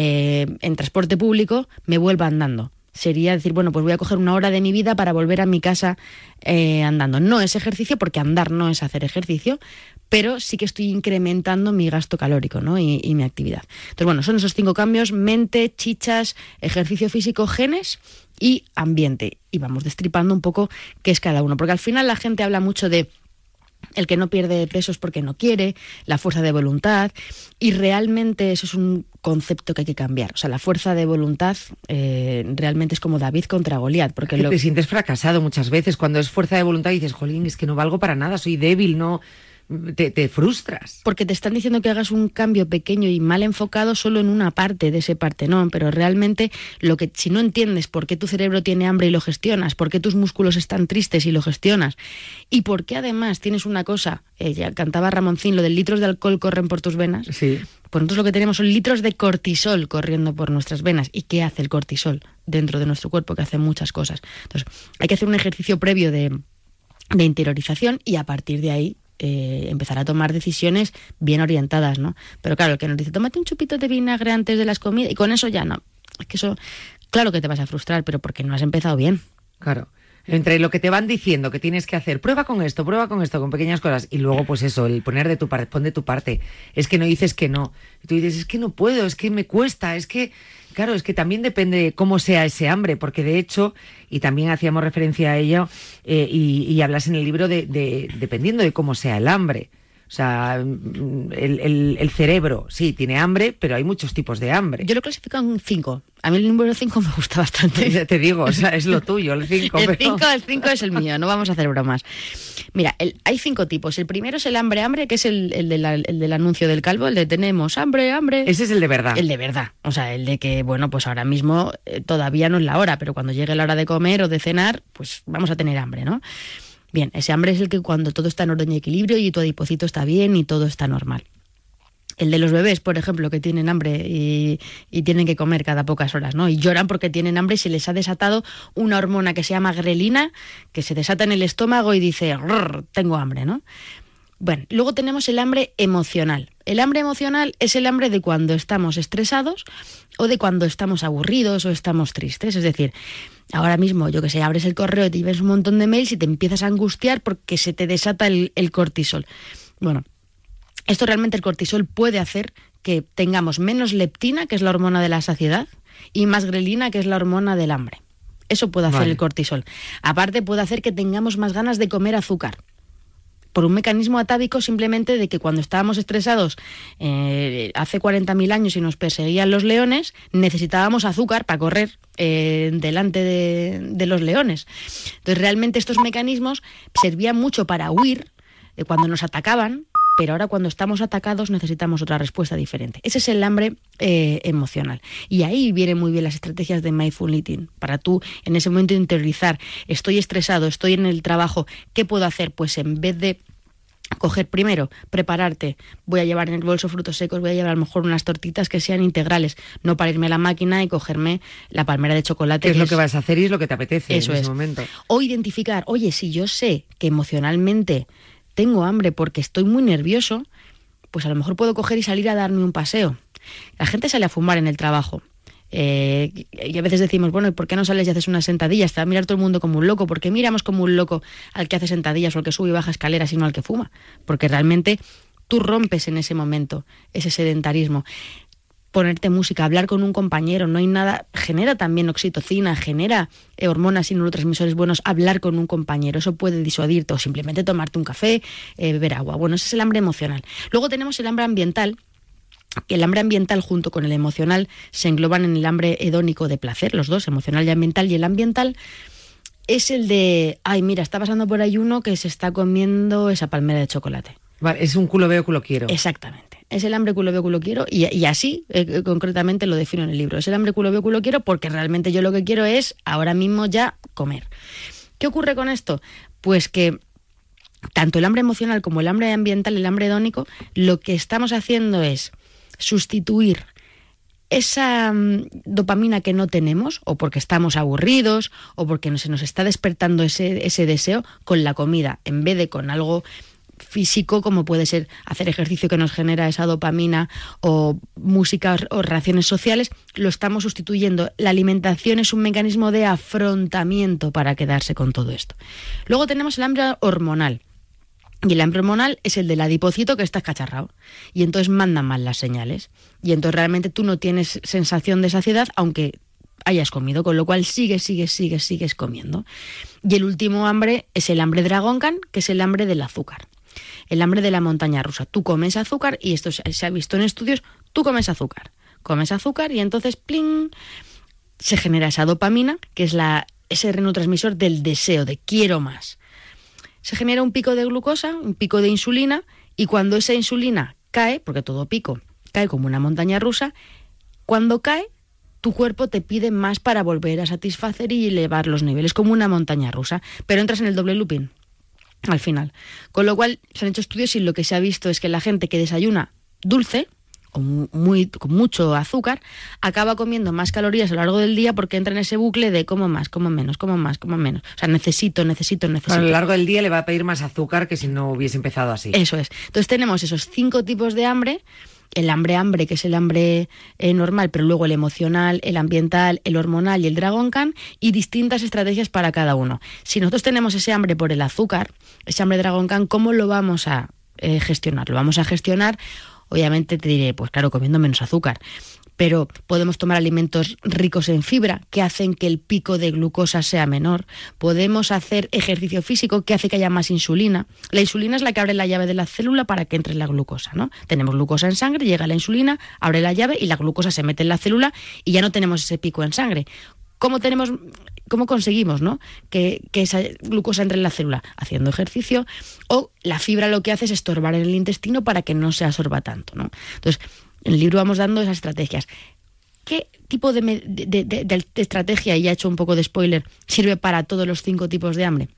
Speaker 7: en transporte público, me vuelva andando. Sería decir, pues voy a coger 1 hora de mi vida para volver a mi casa andando. No es ejercicio, porque andar no es hacer ejercicio, pero sí que estoy incrementando mi gasto calórico, ¿no? y mi actividad. Entonces, son esos 5 cambios: mente, chichas, ejercicio físico, genes y ambiente. Y vamos destripando un poco qué es cada uno, porque al final la gente habla mucho de el que no pierde peso es porque no quiere, la fuerza de voluntad, y realmente eso es un concepto que hay que cambiar. O sea, la fuerza de voluntad realmente es como David contra Goliat. Porque
Speaker 2: te sientes fracasado muchas veces cuando es fuerza de voluntad y dices, jolín, es que no valgo para nada, soy débil, no... Te frustras.
Speaker 7: Porque te están diciendo que hagas un cambio pequeño y mal enfocado solo en una parte de ese Partenón, pero realmente si no entiendes por qué tu cerebro tiene hambre y lo gestionas, por qué tus músculos están tristes y lo gestionas, y por qué además tienes una cosa, ya cantaba Ramoncín, lo de litros de alcohol corren por tus venas,
Speaker 2: sí.
Speaker 7: Pues nosotros lo que tenemos son litros de cortisol corriendo por nuestras venas. ¿Y qué hace el cortisol dentro de nuestro cuerpo? Que hace muchas cosas. Entonces, hay que hacer un ejercicio previo de interiorización, y a partir de ahí empezar a tomar decisiones bien orientadas, ¿no? Pero claro, el que nos dice, tómate un chupito de vinagre antes de las comidas, y con eso ya no. Es que eso, claro que te vas a frustrar, pero porque no has empezado bien.
Speaker 2: Claro. Entre lo que te van diciendo que tienes que hacer, prueba con esto, con pequeñas cosas, y luego pues eso, el poner de tu parte, pon de tu parte. Es que no dices que no. Y tú dices, es que no puedo, es que me cuesta, es que... Claro, es que también depende de cómo sea ese hambre, porque de hecho, y también hacíamos referencia a ello, y hablas en el libro de dependiendo de cómo sea el hambre. O sea, el cerebro, sí, tiene hambre, pero hay muchos tipos de hambre.
Speaker 7: Yo lo clasifico en 5. A mí el número 5 me gusta bastante.
Speaker 2: Te digo, o sea, es lo tuyo, el 5.
Speaker 7: El 5 es el mío, no vamos a hacer bromas. Mira, hay 5 tipos. El primero es el hambre, que es el del anuncio del calvo, el de tenemos hambre.
Speaker 2: Ese es el de verdad.
Speaker 7: El de verdad. O sea, el de que, pues ahora mismo todavía no es la hora, pero cuando llegue la hora de comer o de cenar, pues vamos a tener hambre, ¿no? Bien, ese hambre es el que cuando todo está en orden y equilibrio y tu adipocito está bien y todo está normal. El de los bebés, por ejemplo, que tienen hambre y tienen que comer cada pocas horas, ¿no? Y lloran porque tienen hambre y se les ha desatado una hormona que se llama grelina, que se desata en el estómago y dice, tengo hambre, ¿no? Bueno, luego tenemos el hambre emocional. El hambre emocional es el hambre de cuando estamos estresados o de cuando estamos aburridos o estamos tristes. Es decir, ahora mismo, yo que sé, abres el correo y te ves un montón de mails y te empiezas a angustiar porque se te desata el cortisol. Bueno, esto realmente, el cortisol puede hacer que tengamos menos leptina, que es la hormona de la saciedad, y más grelina, que es la hormona del hambre. Eso puede hacer el cortisol. Aparte, puede hacer que tengamos más ganas de comer azúcar. por un mecanismo atávico simplemente de que cuando estábamos estresados hace 40.000 años y nos perseguían los leones, necesitábamos azúcar para correr delante de los leones. Entonces realmente estos mecanismos servían mucho para huir cuando nos atacaban, pero ahora cuando estamos atacados necesitamos otra respuesta diferente. Ese es el hambre emocional. Y ahí vienen muy bien las estrategias de mindful eating, para tú en ese momento interiorizar, estoy estresado, estoy en el trabajo, ¿qué puedo hacer? Pues en vez de coger primero, prepararte, voy a llevar en el bolso frutos secos, voy a llevar a lo mejor unas tortitas que sean integrales, no para irme a la máquina y cogerme la palmera de chocolate.
Speaker 2: ¿Qué es lo que vas a hacer y es lo que te apetece
Speaker 7: eso
Speaker 2: en ese momento?
Speaker 7: O identificar, oye, si yo sé que emocionalmente tengo hambre porque estoy muy nervioso, pues a lo mejor puedo coger y salir a darme un paseo. La gente sale a fumar en el trabajo. Y a veces decimos, bueno, ¿y por qué no sales y haces unas sentadillas? Te va a mirar todo el mundo como un loco. ¿Por qué miramos como un loco al que hace sentadillas o al que sube y baja escaleras y no al que fuma? Porque realmente tú rompes en ese momento ese sedentarismo. Ponerte música, hablar con un compañero, no hay nada, genera también oxitocina, genera hormonas y neurotransmisores buenos, hablar con un compañero, eso puede disuadirte, o simplemente tomarte un café, beber agua. Bueno, ese es el hambre emocional. Luego tenemos el hambre ambiental, que el hambre ambiental junto con el emocional se engloban en el hambre hedónico de placer, los dos, emocional y ambiental, y el ambiental es el de, ay, mira, está pasando por ahí uno que se está comiendo esa palmera de chocolate.
Speaker 2: Vale, es un culo veo, culo quiero.
Speaker 7: Exactamente. Es el hambre culo veo, culo quiero, y así concretamente lo defino en el libro. Es el hambre culo veo, culo quiero porque realmente yo lo que quiero es ahora mismo ya comer. ¿Qué ocurre con esto? Pues que tanto el hambre emocional como el hambre ambiental, el hambre hedónico, lo que estamos haciendo es sustituir esa dopamina que no tenemos, o porque estamos aburridos, o porque se nos está despertando ese deseo, con la comida, en vez de con algo físico, como puede ser hacer ejercicio que nos genera esa dopamina, o música o relaciones sociales, lo estamos sustituyendo. La alimentación es un mecanismo de afrontamiento para quedarse con todo esto. Luego tenemos el hambre hormonal. Y el hambre hormonal es el del adipocito que está escacharrado. Y entonces mandan mal las señales. Y entonces realmente tú no tienes sensación de saciedad, aunque hayas comido, con lo cual sigues comiendo. Y el último hambre es el hambre Dragon Khan, que es el hambre del azúcar. El hambre de la montaña rusa. Tú comes azúcar, y esto se ha visto en estudios, tú comes azúcar y entonces, ¡pling!, se genera esa dopamina, que es ese neurotransmisor del deseo, de quiero más. Se genera un pico de glucosa, un pico de insulina, y cuando esa insulina cae, porque todo pico cae como una montaña rusa, cuando cae, tu cuerpo te pide más para volver a satisfacer y elevar los niveles, como una montaña rusa, pero entras en el doble looping al final. Con lo cual se han hecho estudios y lo que se ha visto es que la gente que desayuna dulce o con mucho azúcar acaba comiendo más calorías a lo largo del día, porque entra en ese bucle de como más, como menos, como más, como menos. O sea, necesito. A
Speaker 2: lo largo del día le va a pedir más azúcar que si no hubiese empezado así.
Speaker 7: Eso es. Entonces tenemos esos 5 tipos de hambre. El hambre, que es el hambre normal, pero luego el emocional, el ambiental, el hormonal y el Dragon Khan, y distintas estrategias para cada uno. Si nosotros tenemos ese hambre por el azúcar, ese hambre Dragon Khan, ¿cómo lo vamos a gestionar? Lo vamos a gestionar, obviamente te diré, pues claro, comiendo menos azúcar. Pero podemos tomar alimentos ricos en fibra, que hacen que el pico de glucosa sea menor. Podemos hacer ejercicio físico, que hace que haya más insulina. La insulina es la que abre la llave de la célula para que entre la glucosa, ¿no? Tenemos glucosa en sangre, llega la insulina, abre la llave y la glucosa se mete en la célula y ya no tenemos ese pico en sangre. ¿Cómo conseguimos, ¿no?, que esa glucosa entre en la célula? Haciendo ejercicio, o la fibra lo que hace es estorbar en el intestino para que no se absorba tanto, ¿no? Entonces, en el libro vamos dando esas estrategias. ¿Qué tipo de estrategia, y ya he hecho un poco de spoiler, sirve para todos los 5 tipos de hambre?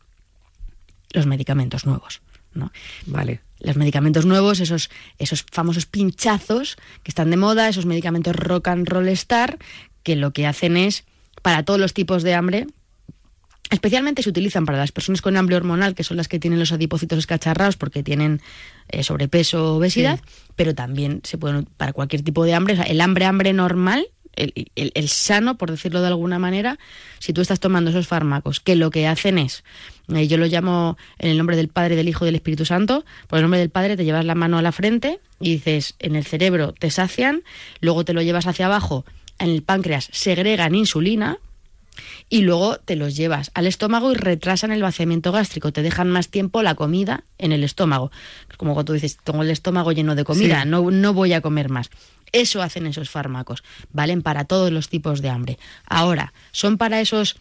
Speaker 7: Los medicamentos nuevos, ¿no?
Speaker 2: Vale.
Speaker 7: Los medicamentos nuevos, esos famosos pinchazos que están de moda, esos medicamentos rock and roll star, que lo que hacen es, para todos los tipos de hambre, especialmente se utilizan para las personas con hambre hormonal, que son las que tienen los adipocitos escacharrados porque tienen sobrepeso o obesidad, sí. Pero también se pueden para cualquier tipo de hambre. O sea, el hambre normal, el sano, por decirlo de alguna manera, si tú estás tomando esos fármacos, que lo que hacen es, yo lo llamo en el nombre del Padre, del Hijo y del Espíritu Santo, por el nombre del Padre te llevas la mano a la frente y dices, en el cerebro te sacian, luego te lo llevas hacia abajo, en el páncreas segregan insulina, y luego te los llevas al estómago y retrasan el vaciamiento gástrico, te dejan más tiempo la comida en el estómago. Como cuando tú dices, tengo el estómago lleno de comida,
Speaker 2: Sí.
Speaker 7: no voy a comer más. Eso hacen esos fármacos, valen para todos los tipos de hambre. Ahora, son para esos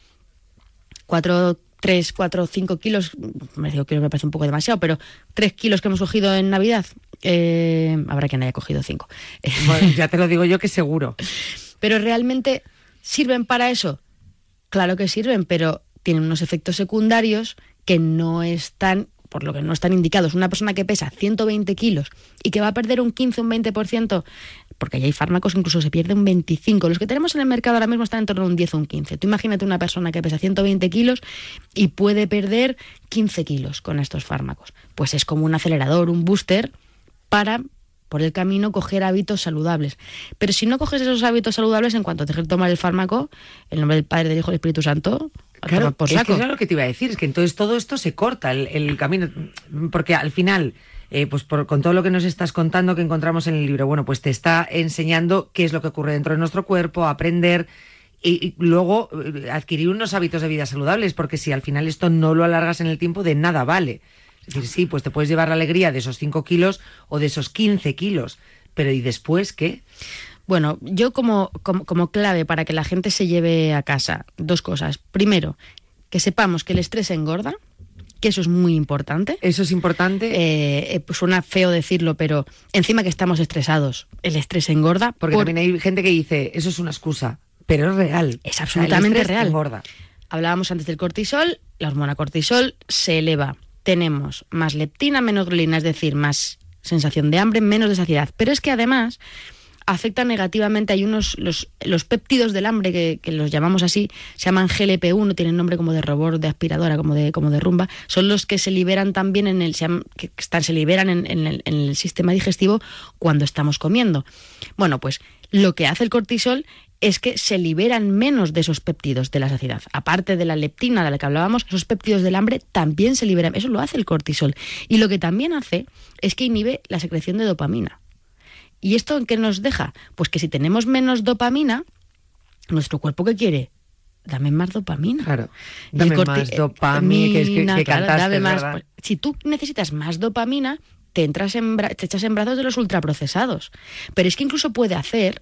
Speaker 7: 3, 4, 5 kilos, me digo que me parece un poco demasiado, pero 3 kilos que hemos cogido en Navidad, habrá quien haya cogido 5.
Speaker 2: Bueno, ya te lo digo yo que seguro.
Speaker 7: Pero realmente, ¿sirven para eso? Claro que sirven, pero tienen unos efectos secundarios que no están, por lo que no están indicados. Una persona que pesa 120 kilos y que va a perder un 15, un 20%, porque ya hay fármacos que incluso se pierde un 25%. Los que tenemos en el mercado ahora mismo están en torno a un 10 o un 15%. Tú imagínate una persona que pesa 120 kilos y puede perder 15 kilos con estos fármacos. Pues es como un acelerador, un booster para, por el camino, coger hábitos saludables. Pero si no coges esos hábitos saludables, en cuanto te dejes tomar el fármaco, en nombre del Padre, del Hijo y del Espíritu Santo, a
Speaker 2: Claro,
Speaker 7: tomar por
Speaker 2: es que
Speaker 7: saco.
Speaker 2: eso es lo que te iba a decir, es que entonces todo esto se corta el camino, porque al final, con todo lo que nos estás contando que encontramos en el libro, bueno, pues te está enseñando qué es lo que ocurre dentro de nuestro cuerpo, aprender y luego adquirir unos hábitos de vida saludables, porque si al final esto no lo alargas en el tiempo, de nada vale. Es decir, sí, pues te puedes llevar la alegría de esos 5 kilos o de esos 15 kilos, pero ¿y después qué?
Speaker 7: Bueno, yo como clave para que la gente se lleve a casa, 2 cosas. Primero, que sepamos que el estrés engorda, que eso es muy importante.
Speaker 2: Eso es importante.
Speaker 7: Pues suena feo decirlo, pero encima que estamos estresados, el estrés engorda.
Speaker 2: Porque también hay gente que dice, eso es una excusa, pero es real.
Speaker 7: Es absolutamente
Speaker 2: el estrés
Speaker 7: real.
Speaker 2: engorda.
Speaker 7: Hablábamos antes del cortisol, la hormona cortisol se eleva. Tenemos más leptina, menos grelina, es decir, más sensación de hambre, menos de saciedad. Pero es que además afecta negativamente, hay los péptidos del hambre, que los llamamos así, se llaman GLP-1, tienen nombre como de robot, de aspiradora, como de rumba, son los que se liberan también se liberan en el sistema digestivo cuando estamos comiendo. Bueno, pues lo que hace el cortisol es que se liberan menos de esos péptidos de la saciedad. Aparte de la leptina de la que hablábamos, esos péptidos del hambre también se liberan. Eso lo hace el cortisol. Y lo que también hace es que inhibe la secreción de dopamina. ¿Y esto en qué nos deja? Pues que si tenemos menos dopamina, nuestro cuerpo, ¿qué quiere? Dame más dopamina.
Speaker 2: Claro.
Speaker 7: Y el
Speaker 2: Dame más dopamina, que
Speaker 7: claro,
Speaker 2: cantaste,
Speaker 7: dame más.
Speaker 2: ¿verdad?
Speaker 7: Si tú necesitas más dopamina, te echas en brazos de los ultraprocesados. Pero es que incluso puede hacer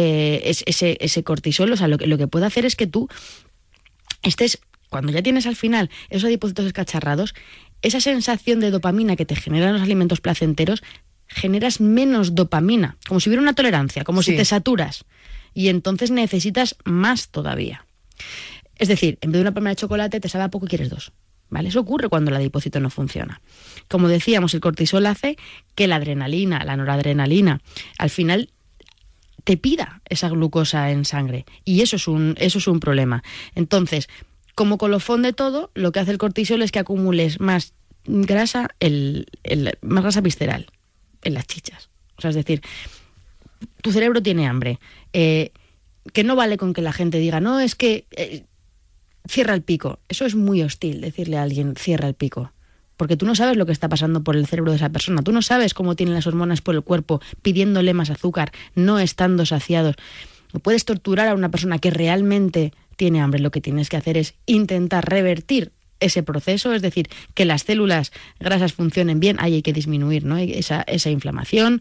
Speaker 7: ese cortisol, o sea, lo que puede hacer es que tú estés, cuando ya tienes al final esos adipocitos escacharrados, esa sensación de dopamina que te generan los alimentos placenteros, generas menos dopamina, como si hubiera una tolerancia, como si te saturas. Y entonces necesitas más todavía. Es decir, en vez de una palma de chocolate te sabe a poco y quieres 2. ¿Vale? Eso ocurre cuando el adipocito no funciona. Como decíamos, el cortisol hace que la adrenalina, la noradrenalina, al final te pida esa glucosa en sangre. Y eso es un problema. Entonces, como colofón de todo, lo que hace el cortisol es que acumules más grasa, más grasa visceral en las chichas. O sea, es decir, tu cerebro tiene hambre. Que no vale con que la gente diga, no, es que cierra el pico. Eso es muy hostil, decirle a alguien, cierra el pico. Porque tú no sabes lo que está pasando por el cerebro de esa persona. Tú no sabes cómo tienen las hormonas por el cuerpo, pidiéndole más azúcar, no estando saciados. No puedes torturar a una persona que realmente tiene hambre. Lo que tienes que hacer es intentar revertir ese proceso, es decir, que las células grasas funcionen bien. Ahí hay que disminuir, ¿no? esa inflamación.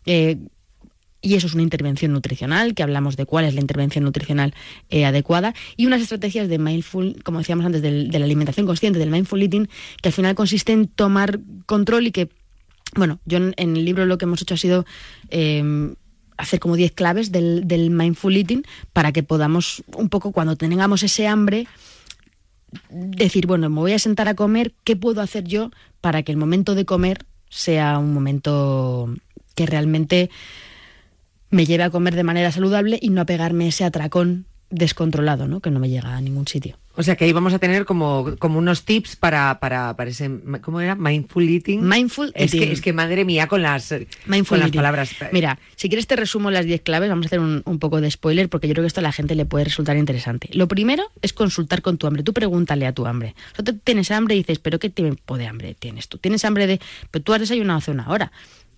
Speaker 7: Y eso es una intervención nutricional, que hablamos de cuál es la intervención nutricional adecuada, y unas estrategias de mindful, como decíamos antes, de la alimentación consciente, del mindful eating, que al final consiste en tomar control y que, bueno, yo en el libro lo que hemos hecho ha sido hacer como 10 claves del mindful eating para que podamos un poco, cuando tengamos ese hambre, decir, bueno, me voy a sentar a comer, ¿qué puedo hacer yo para que el momento de comer sea un momento que realmente me lleve a comer de manera saludable y no a pegarme ese atracón descontrolado, ¿no? Que no me llega a ningún sitio.
Speaker 2: O sea que ahí vamos a tener como unos tips para ese, ¿cómo era? Mindful eating.
Speaker 7: Mindful eating.
Speaker 2: Es que madre mía con las palabras.
Speaker 7: Mira, si quieres te resumo las 10 claves, vamos a hacer un poco de spoiler porque yo creo que esto a la gente le puede resultar interesante. Lo primero es consultar con tu hambre. Tú pregúntale a tu hambre. O sea, tú tienes hambre y dices, ¿pero qué tipo de hambre tienes tú? ¿Tienes hambre de...? Pero tú has desayunado hace una hora.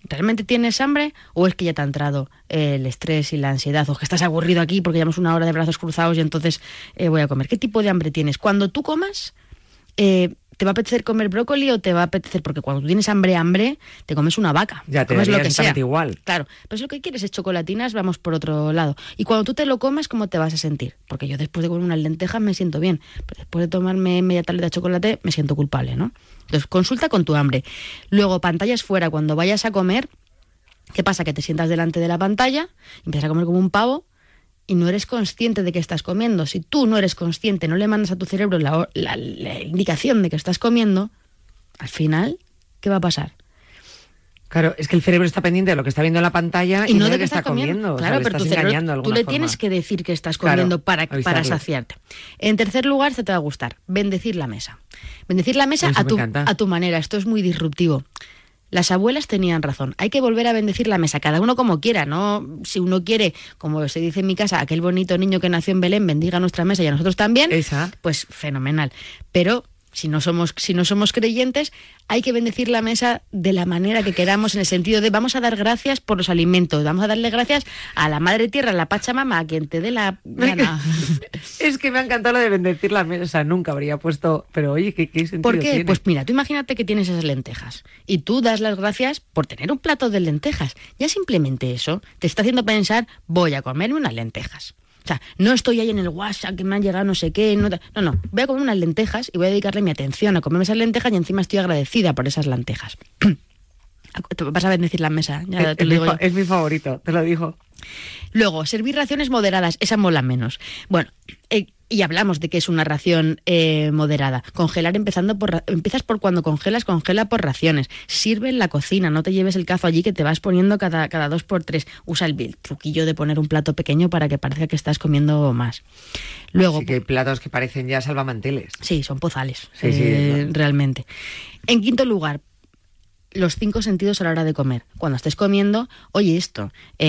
Speaker 7: ¿Realmente tienes hambre o es que ya te ha entrado el estrés y la ansiedad o que estás aburrido aquí porque llevamos una hora de brazos cruzados y entonces voy a comer? ¿Qué tipo de hambre tienes? Cuando tú comas, ¿te va a apetecer comer brócoli o te va a apetecer? Porque cuando tú tienes hambre, te comes una vaca.
Speaker 8: Ya te
Speaker 7: comes
Speaker 8: daría
Speaker 7: lo que sea.
Speaker 8: exactamente igual.
Speaker 7: Claro, pero si lo que quieres es chocolatinas, vamos por otro lado. Y cuando tú te lo comas, ¿cómo te vas a sentir? Porque yo después de comer unas lentejas me siento bien, pero después de tomarme media tableta de chocolate me siento culpable, ¿no? Entonces, consulta con tu hambre. Luego, pantallas fuera. Cuando vayas a comer, ¿qué pasa? Que te sientas delante de la pantalla, empiezas a comer como un pavo y no eres consciente de que estás comiendo. Si tú no eres consciente, no le mandas a tu cerebro la indicación de que estás comiendo, al final, ¿qué va a pasar?
Speaker 8: Claro, es que el cerebro está pendiente de lo que está viendo en la pantalla y no de que está comiendo.
Speaker 7: Claro,
Speaker 8: o sea,
Speaker 7: pero tu cerebro, tú le tienes que decir que estás comiendo para saciarte. En tercer lugar, esto te va a gustar, bendecir la mesa. Bendecir la mesa a tu manera. Esto es muy disruptivo. Las abuelas tenían razón. Hay que volver a bendecir la mesa, cada uno como quiera, ¿no? Si uno quiere, como se dice en mi casa, aquel bonito niño que nació en Belén bendiga nuestra mesa y a nosotros también, pues fenomenal. Pero si no somos creyentes, hay que bendecir la mesa de la manera que queramos, en el sentido de vamos a dar gracias por los alimentos, vamos a darle gracias a la Madre Tierra, a la Pachamama, a quien te dé la gana.
Speaker 8: Es que me ha encantado lo de bendecir la mesa, nunca habría puesto, pero oye, ¿qué sentido
Speaker 7: ¿Por qué?
Speaker 8: tiene?
Speaker 7: Pues mira, tú imagínate que tienes esas lentejas y tú das las gracias por tener un plato de lentejas. Ya simplemente eso te está haciendo pensar, voy a comerme unas lentejas. O sea, no estoy ahí en el WhatsApp que me han llegado no sé qué. No, voy a comer unas lentejas y voy a dedicarle mi atención a comerme esas lentejas y encima estoy agradecida por esas lentejas. Te vas a bendecir la mesa, ya te lo digo yo.
Speaker 8: Es mi favorito, te lo digo.
Speaker 7: Luego, servir raciones moderadas, esa mola menos. Bueno, y hablamos de que es una ración moderada. Congelar empiezas por cuando congelas, congela por raciones. Sirve en la cocina, no te lleves el cazo allí que te vas poniendo cada 2x3. Usa el truquillo de poner un plato pequeño para que parezca que estás comiendo más. Luego,
Speaker 8: sí que hay platos que parecen ya salvamanteles.
Speaker 7: Sí, son pozales,
Speaker 8: sí,
Speaker 7: realmente. En quinto lugar, los 5 sentidos a la hora de comer. Cuando estés comiendo, oye esto,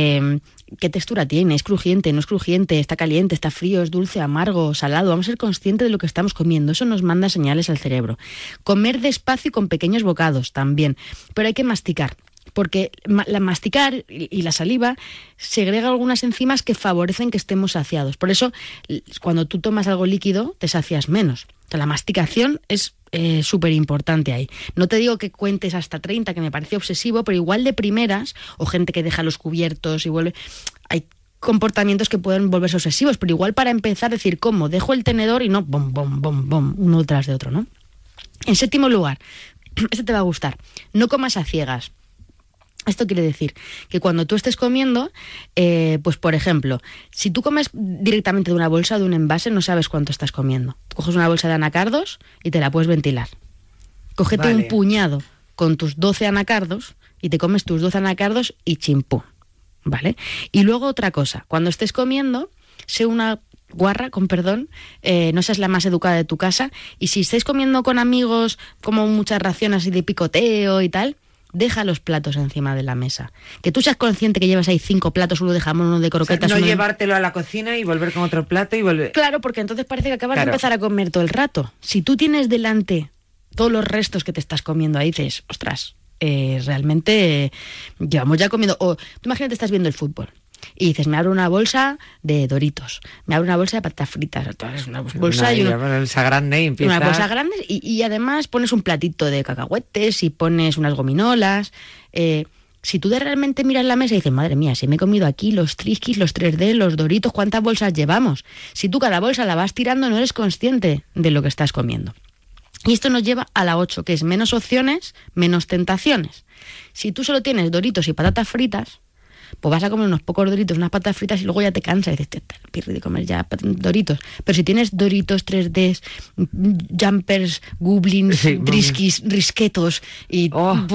Speaker 7: ¿qué textura tiene? ¿Es crujiente? ¿No es crujiente? ¿Está caliente? ¿Está frío? ¿Es dulce? ¿Amargo? ¿Salado? Vamos a ser conscientes de lo que estamos comiendo. Eso nos manda señales al cerebro. Comer despacio y con pequeños bocados también. Pero hay que masticar, porque la masticar y la saliva segrega algunas enzimas que favorecen que estemos saciados. Por eso, cuando tú tomas algo líquido, te sacias menos. O sea, la masticación es súper importante ahí. No te digo que cuentes hasta 30, que me parece obsesivo, pero igual de primeras, o gente que deja los cubiertos y vuelve... Hay comportamientos que pueden volverse obsesivos, pero igual para empezar, decir, ¿cómo? Dejo el tenedor y no, bom, bom, bom, bom, uno tras de otro, ¿no? En séptimo lugar, este te va a gustar, no comas a ciegas. Esto quiere decir que cuando tú estés comiendo, pues por ejemplo, si tú comes directamente de una bolsa o de un envase, no sabes cuánto estás comiendo. Tú coges una bolsa de anacardos y te la puedes ventilar. Cógete un puñado con tus 12 anacardos y te comes tus 12 anacardos y chimpú, ¿vale? Y luego otra cosa, cuando estés comiendo, sé una guarra, con perdón, no seas la más educada de tu casa, y si estáis comiendo con amigos, como muchas raciones así de picoteo y tal, deja los platos encima de la mesa. Que tú seas consciente que llevas ahí 5 platos, uno de jamón, uno de croquetas.
Speaker 8: O sea, no llevártelo a la cocina y volver con otro plato y volver...
Speaker 7: Claro, porque entonces parece que acabas de empezar a comer todo el rato. Si tú tienes delante todos los restos que te estás comiendo ahí, dices, ostras, realmente llevamos ya comiendo... O tú imagínate, estás viendo el fútbol y dices, me abro una bolsa de Doritos, me abro una bolsa de patatas fritas, entonces una bolsa
Speaker 8: una bolsa grande y empieza...
Speaker 7: Una bolsa grande y además pones un platito de cacahuetes y pones unas gominolas. Si tú realmente miras la mesa y dices, madre mía, si me he comido aquí los Trisquis, los 3D, los Doritos, ¿cuántas bolsas llevamos? Si tú cada bolsa la vas tirando, no eres consciente de lo que estás comiendo. Y esto nos lleva a la 8, que es menos opciones, menos tentaciones. Si tú solo tienes Doritos y patatas fritas, pues vas a comer unos pocos Doritos, unas patatas fritas y luego ya te cansas y dices, pirri de comer ya Doritos. Pero si tienes Doritos, 3Ds, Jumpers, Goblins, Trisquis, Risquetos y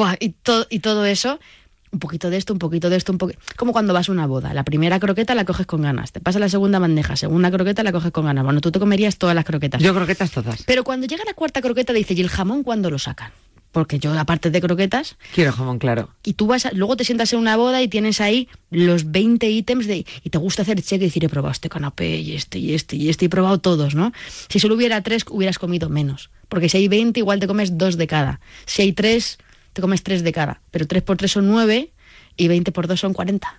Speaker 7: todo eso, un poquito de esto, un poquito de esto, como cuando vas a una boda. La primera croqueta la coges con ganas, te pasa la segunda bandeja, segunda croqueta la coges con ganas. Bueno, tú te comerías todas las croquetas.
Speaker 8: Yo croquetas todas.
Speaker 7: Pero cuando llega la cuarta croqueta dices, ¿y el jamón cuándo lo sacan? Porque yo, aparte de croquetas...
Speaker 8: Quiero jamón, claro.
Speaker 7: Y tú luego te sientas en una boda y tienes ahí los 20 ítems y te gusta hacer cheque y decir, he probado este canapé y este, he probado todos, ¿no? Si solo hubiera 3, hubieras comido menos. Porque si hay 20, igual te comes 2 de cada. Si hay 3, te comes 3 de cada, pero 3 por 3 son 9 y 20 por 2 son 40.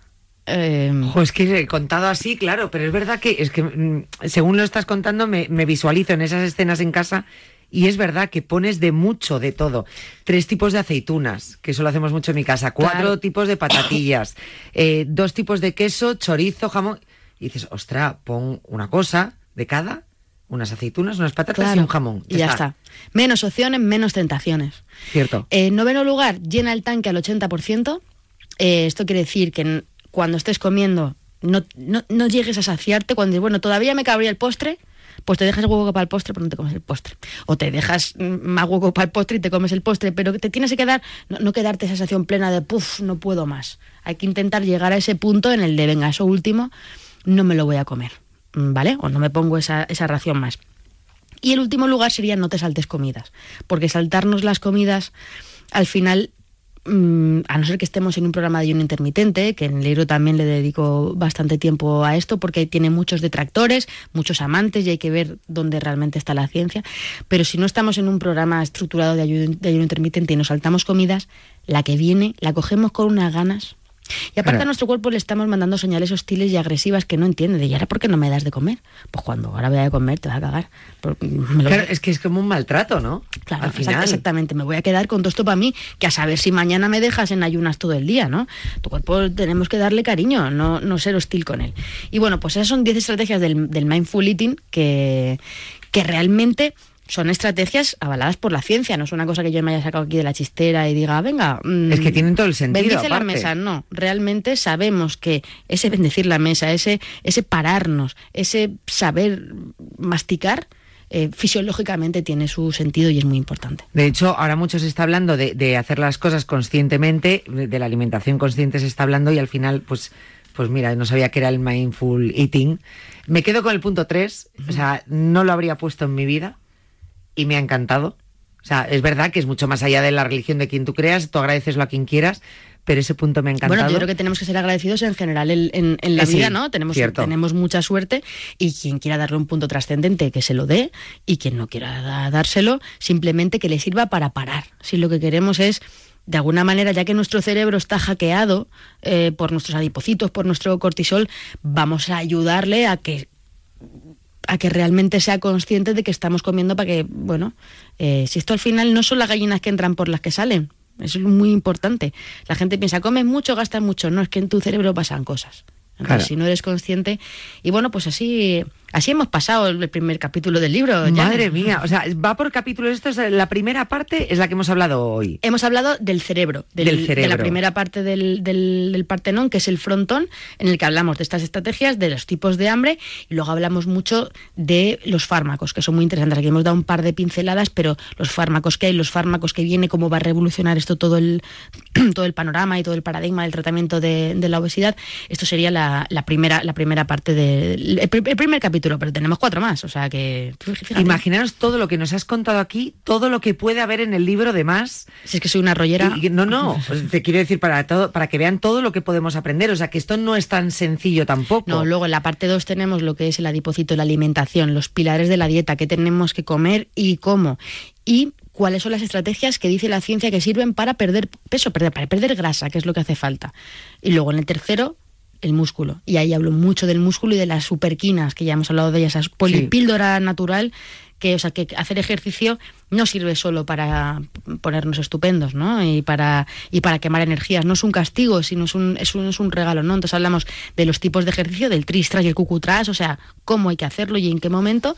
Speaker 8: Es que contado así, claro, pero es verdad que según lo estás contando me visualizo en esas escenas en casa y es verdad que pones de mucho de todo. 3 tipos de aceitunas, que eso lo hacemos mucho en mi casa, 4 tipos de patatillas, 2 tipos de queso, chorizo, jamón, y dices, ostras, pon una cosa de cada, unas aceitunas, unas patatas y un jamón.
Speaker 7: Y ya está. Menos opciones, menos tentaciones.
Speaker 8: Cierto.
Speaker 7: En noveno lugar, llena el tanque al 80%. Esto quiere decir que cuando estés comiendo no llegues a saciarte. Cuando dices, bueno, todavía me cabría el postre, pues te dejas hueco para el postre, pero no te comes el postre. O te dejas más hueco para el postre y te comes el postre, pero te tienes que quedar, no quedarte esa sensación plena de, no puedo más. Hay que intentar llegar a ese punto en el de, venga, eso último, no me lo voy a comer, ¿vale? O no me pongo esa ración más. Y el último lugar sería no te saltes comidas, porque saltarnos las comidas, al final, a no ser que estemos en un programa de ayuno intermitente, que en el libro también le dedico bastante tiempo a esto, porque tiene muchos detractores, muchos amantes, y hay que ver dónde realmente está la ciencia. Pero si no estamos en un programa estructurado de ayuno intermitente y nos saltamos comidas, la que viene la cogemos con unas ganas. Y aparte a nuestro cuerpo le estamos mandando señales hostiles y agresivas que no entiende. ¿Y ahora por qué no me das de comer? Pues cuando ahora voy a comer te vas a cagar.
Speaker 8: Claro, es que es como un maltrato, ¿no?
Speaker 7: Claro,
Speaker 8: al final.
Speaker 7: Exactamente. Me voy a quedar con todo esto para mí, que a saber si mañana me dejas en ayunas todo el día, ¿no? Tu cuerpo tenemos que darle cariño, no ser hostil con él. Y bueno, pues esas son 10 estrategias del Mindful Eating que realmente son estrategias avaladas por la ciencia, no es una cosa que yo me haya sacado aquí de la chistera y diga, venga...
Speaker 8: es que tienen todo el sentido,
Speaker 7: bendice la mesa, no. Realmente sabemos que ese bendecir la mesa, ese pararnos, ese saber masticar, fisiológicamente tiene su sentido y es muy importante.
Speaker 8: De hecho, ahora mucho se está hablando de hacer las cosas conscientemente, de la alimentación consciente se está hablando y al final, pues mira, no sabía que era el Mindful Eating. Me quedo con el punto 3, o sea, no lo habría puesto en mi vida. Y me ha encantado. O sea, es verdad que es mucho más allá de la religión de quien tú creas, tú agradeceslo a quien quieras, pero ese punto me ha encantado.
Speaker 7: Bueno, yo creo que tenemos que ser agradecidos en general en la vida, ¿no? Tenemos mucha suerte y quien quiera darle un punto trascendente, que se lo dé, y quien no quiera dárselo, simplemente que le sirva para parar. Si lo que queremos es, de alguna manera, ya que nuestro cerebro está hackeado por nuestros adipocitos, por nuestro cortisol, vamos a ayudarle a que realmente sea consciente de que estamos comiendo para que, bueno, si esto al final no son las gallinas que entran por las que salen, eso es muy importante. La gente piensa, comes mucho, gastas mucho, no, es que en tu cerebro pasan cosas. Entonces, claro, si no eres consciente, y bueno, pues así hemos pasado el primer capítulo del libro.
Speaker 8: Madre mía, o sea, va por capítulos. Esto es la primera parte, es la que hemos hablado hoy.
Speaker 7: Hemos hablado del cerebro, de la primera parte del Partenón, que es el frontón, en el que hablamos de estas estrategias, de los tipos de hambre, y luego hablamos mucho de los fármacos, que son muy interesantes. Aquí hemos dado un par de pinceladas, pero los fármacos que hay, los fármacos que viene, cómo va a revolucionar esto todo el panorama y todo el paradigma del tratamiento de la obesidad. Esto sería la primera parte del primer capítulo, pero tenemos 4 más, o sea que... Fíjate.
Speaker 8: Imaginaros todo lo que nos has contado aquí, todo lo que puede haber en el libro de más.
Speaker 7: Si es que soy una rollera...
Speaker 8: No, pues te quiero decir para que vean todo lo que podemos aprender, o sea que esto no es tan sencillo tampoco.
Speaker 7: No, luego en la parte 2 tenemos lo que es el adipocito, la alimentación, los pilares de la dieta, qué tenemos que comer y cómo, y cuáles son las estrategias que dice la ciencia que sirven para perder peso, para perder grasa, que es lo que hace falta. Y luego en el tercero, el músculo. Y ahí hablo mucho del músculo y de las superquinas, que ya hemos hablado de ellas, esa polipíldora natural, que hacer ejercicio no sirve solo para ponernos estupendos, ¿no? Y para quemar energías. No es un castigo, sino es un regalo, ¿no? Entonces hablamos de los tipos de ejercicio, del tris-tras y el cucu-tras, o sea, cómo hay que hacerlo y en qué momento.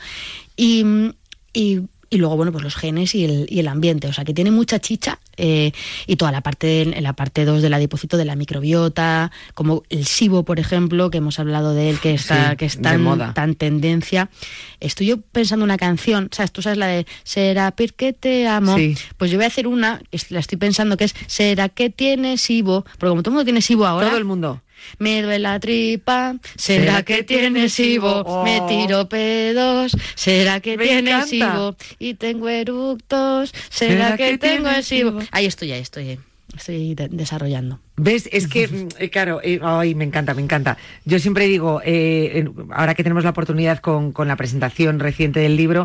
Speaker 7: Y luego, bueno, pues los genes y el ambiente, o sea, que tiene mucha chicha, y toda en la parte 2 del adipocito, de la microbiota, como el SIBO, por ejemplo, que hemos hablado de él, que está tan tendencia. Estoy yo pensando una canción, ¿sabes? Tú sabes la de ¿será porque te amo? Sí. Pues yo voy a hacer una, la estoy pensando, que es ¿será que tiene SIBO? Porque como todo el mundo tiene SIBO ahora...
Speaker 8: Todo el mundo.
Speaker 7: Me duele la tripa, ¿será que tiene SIBO? Oh. Me tiro pedos, ¿será que tiene SIBO? Y tengo eructos, ¿será que tengo el SIBO? Ahí estoy desarrollando.
Speaker 8: ¿Ves? Es que, claro, me encanta. Yo siempre digo, ahora que tenemos la oportunidad con la presentación reciente del libro,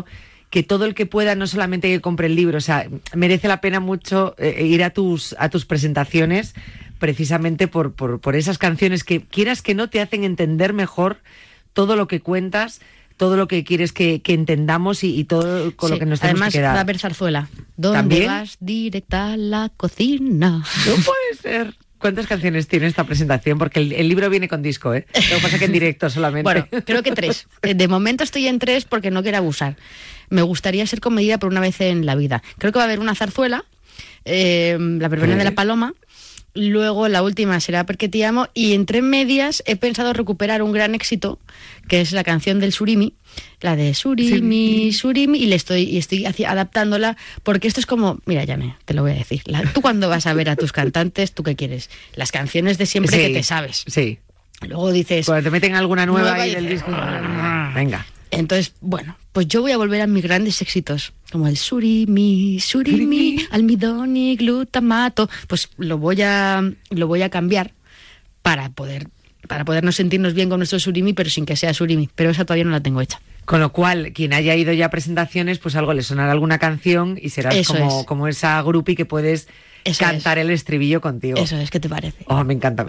Speaker 8: que todo el que pueda, no solamente que compre el libro, o sea, merece la pena mucho ir a tus presentaciones, precisamente por esas canciones que, quieras que no, te hacen entender mejor todo lo que cuentas, todo lo que quieres que entendamos y todo con lo que nos tenemos que quedar.
Speaker 7: Además va a haber zarzuela. ¿Dónde
Speaker 8: ¿También?
Speaker 7: vas? Directa a la cocina.
Speaker 8: No puede ser. ¿Cuántas canciones tiene esta presentación? Porque el libro viene con disco, ¿eh? Lo que pasa es que en directo solamente.
Speaker 7: Bueno, creo que 3. De momento estoy en 3 porque no quiero abusar. Me gustaría ser comedida por una vez en la vida. Creo que va a haber una zarzuela, la verbena de la Paloma. Luego la última será Porque te amo, y entre medias he pensado recuperar un gran éxito, que es la canción del Surimi, la de Surimi, Surimi, y estoy adaptándola, porque esto es como, mira, Yane, te lo voy a decir, tú cuando vas a ver a tus cantantes, ¿tú qué quieres? Las canciones de siempre que te sabes.
Speaker 8: Sí.
Speaker 7: Luego dices...
Speaker 8: Cuando te meten alguna nueva ahí
Speaker 7: y
Speaker 8: del
Speaker 7: dices,
Speaker 8: disco... Venga.
Speaker 7: Entonces, bueno, pues yo voy a volver a mis grandes éxitos, como el surimi, almidón y glutamato. Pues lo voy a cambiar para podernos sentirnos bien con nuestro surimi, pero sin que sea surimi. Pero esa todavía no la tengo hecha.
Speaker 8: Con lo cual, quien haya ido ya a presentaciones, pues algo le sonará alguna canción y serás como esa groupie que puedes cantar el estribillo contigo.
Speaker 7: Eso es, ¿qué te parece?
Speaker 8: Oh, me encanta.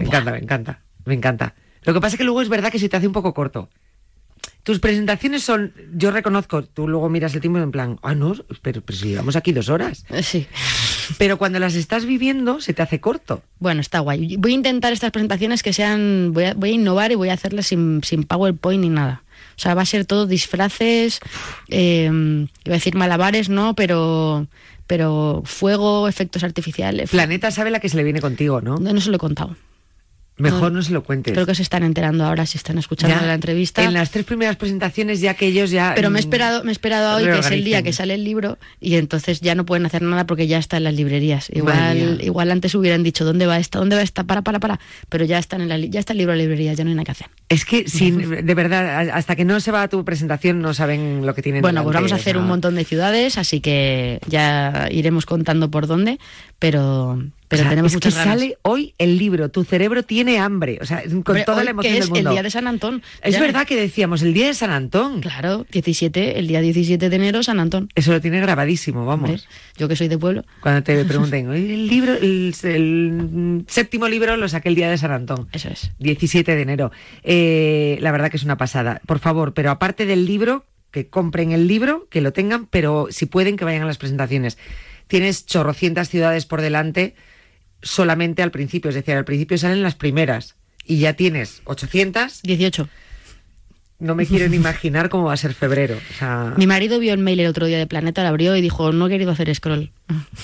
Speaker 8: Lo que pasa es que luego es verdad que se te hace un poco corto. Tus presentaciones son, yo reconozco, tú luego miras el tiempo en plan, no, pero si llevamos aquí 2 horas.
Speaker 7: Sí.
Speaker 8: Pero cuando las estás viviendo, se te hace corto.
Speaker 7: Bueno, está guay. Voy a intentar estas presentaciones que sean, voy a innovar y voy a hacerlas sin PowerPoint ni nada. O sea, va a ser todo disfraces, iba a decir malabares, ¿no? Pero fuego, efectos artificiales.
Speaker 8: Planeta sabe la que se le viene contigo, ¿no?
Speaker 7: No se lo he contado.
Speaker 8: Mejor no se lo cuentes.
Speaker 7: Creo que se están enterando ahora, si están escuchando la entrevista.
Speaker 8: En las 3 primeras presentaciones ya que ellos ya...
Speaker 7: Pero me he esperado a hoy, que es el día que sale el libro, y entonces ya no pueden hacer nada porque ya está en las librerías. Igual antes hubieran dicho, ¿dónde va esta? Para. Pero ya está ya está el libro en la librería, ya no hay nada que hacer.
Speaker 8: Es que, de verdad, hasta que no se va a tu presentación no saben lo que tienen.
Speaker 7: Bueno, pues vamos a hacer un montón de ciudades, así que ya iremos contando por dónde, pero tenemos muchas ganas.
Speaker 8: Sale hoy el libro, Tu cerebro tiene hambre, o sea, con toda la emoción del mundo.
Speaker 7: Es el día de San Antón.
Speaker 8: Es verdad que decíamos el día de San Antón.
Speaker 7: Claro, el día 17 de enero, San Antón.
Speaker 8: Eso lo tiene grabadísimo, vamos.
Speaker 7: ¿Ves? Yo que soy de pueblo.
Speaker 8: Cuando te pregunten, el libro, el 7º libro lo saqué el día de San Antón.
Speaker 7: Eso es.
Speaker 8: 17 de enero. La verdad que es una pasada. Por favor, pero aparte del libro, que compren el libro, que lo tengan, pero si pueden que vayan a las presentaciones. Tienes chorrocientas ciudades por delante solamente al principio, es decir, al principio salen las primeras y ya tienes
Speaker 7: 18.
Speaker 8: No me quiero ni imaginar cómo va a ser febrero. O sea...
Speaker 7: Mi marido vio el mail el otro día de Planeta, lo abrió y dijo, no he querido hacer scroll.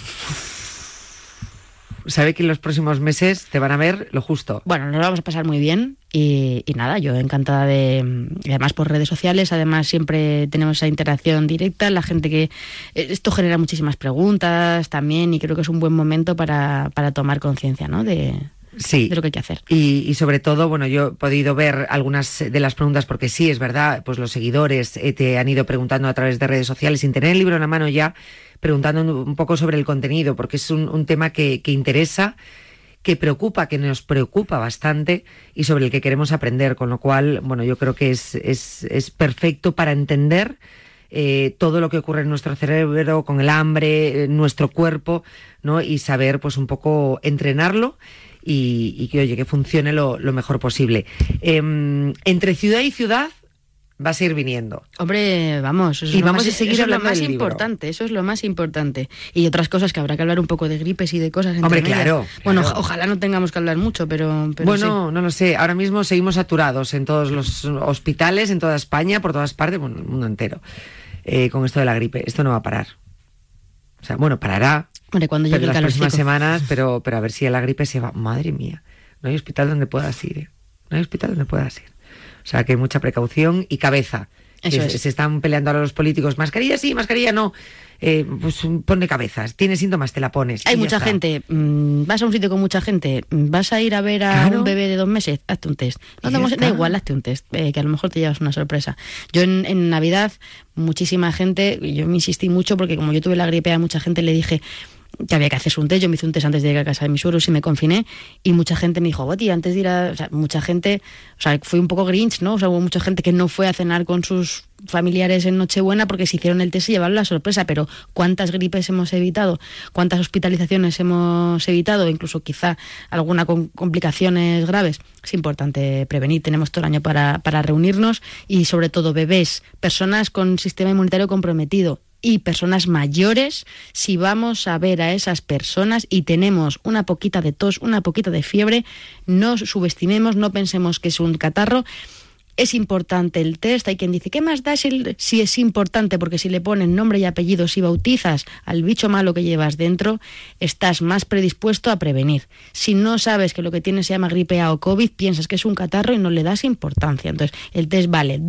Speaker 8: Sabe que en los próximos meses te van a ver lo justo.
Speaker 7: Bueno, nos lo vamos a pasar muy bien y nada, yo encantada y además por redes sociales, además siempre tenemos esa interacción directa, la gente que... Esto genera muchísimas preguntas también y creo que es un buen momento para tomar conciencia, ¿no? de lo que hay que hacer.
Speaker 8: Y sobre todo, bueno, yo he podido ver algunas de las preguntas porque sí, es verdad, pues los seguidores te han ido preguntando a través de redes sociales sin tener el libro en la mano ya, preguntando un poco sobre el contenido, porque es un tema que interesa, que nos preocupa bastante y sobre el que queremos aprender, con lo cual, bueno, yo creo que es perfecto para entender todo lo que ocurre en nuestro cerebro, con el hambre, nuestro cuerpo, ¿no? Y saber, pues, un poco entrenarlo y que, oye, que funcione lo mejor posible. Entre ciudad y ciudad vas a ir viniendo.
Speaker 7: Hombre, vamos.
Speaker 8: Y vamos a seguir hablando del libro.
Speaker 7: Eso es lo más importante. Y otras cosas que habrá que hablar un poco de gripes y de cosas.
Speaker 8: Hombre, claro.
Speaker 7: Bueno, ojalá no tengamos que hablar mucho, pero
Speaker 8: bueno,
Speaker 7: sí.
Speaker 8: No lo sé. Ahora mismo seguimos saturados en todos los hospitales, en toda España, por todas partes, bueno, el mundo entero, con esto de la gripe. Esto no va a parar. O sea, bueno, parará.
Speaker 7: Hombre, cuando llegue el
Speaker 8: las próximas
Speaker 7: calorcico.
Speaker 8: semanas, pero a ver si la gripe se va. Madre mía, no hay hospital donde puedas ir, No hay hospital donde puedas ir. O sea, que hay mucha precaución y cabeza.
Speaker 7: Eso es.
Speaker 8: Se están peleando ahora los políticos. Mascarilla sí, mascarilla no. Pues ponle cabezas. Tienes síntomas, te la pones.
Speaker 7: Hay mucha gente. Vas a un sitio con mucha gente. Vas a ir a ver a un bebé de 2 meses. Hazte un test. Da igual, hazte un test. Que a lo mejor te llevas una sorpresa. Yo en Navidad, muchísima gente, yo me insistí mucho porque como yo tuve la gripe, a mucha gente le dije... que había que hacerse un test. Yo me hice un test antes de ir a casa de mis suegros y me confiné, y mucha gente me dijo, Boti, antes de ir a... O sea, mucha gente, o sea, fui un poco grinch, ¿no? O sea, hubo mucha gente que no fue a cenar con sus familiares en Nochebuena porque se hicieron el test y llevaron la sorpresa, pero ¿cuántas gripes hemos evitado? ¿Cuántas hospitalizaciones hemos evitado? Incluso quizá alguna con complicaciones graves. Es importante prevenir, tenemos todo el año para reunirnos, y sobre todo bebés, personas con sistema inmunitario comprometido y personas mayores. Si vamos a ver a esas personas y tenemos una poquita de tos, una poquita de fiebre, no subestimemos, no pensemos que es un catarro. Es importante el test. Hay quien dice, ¿qué más da si es importante? Porque si le ponen nombre y apellido, si bautizas al bicho malo que llevas dentro, estás más predispuesto a prevenir. Si no sabes que lo que tienes se llama gripe A o COVID, piensas que es un catarro y no le das importancia. Entonces, el test vale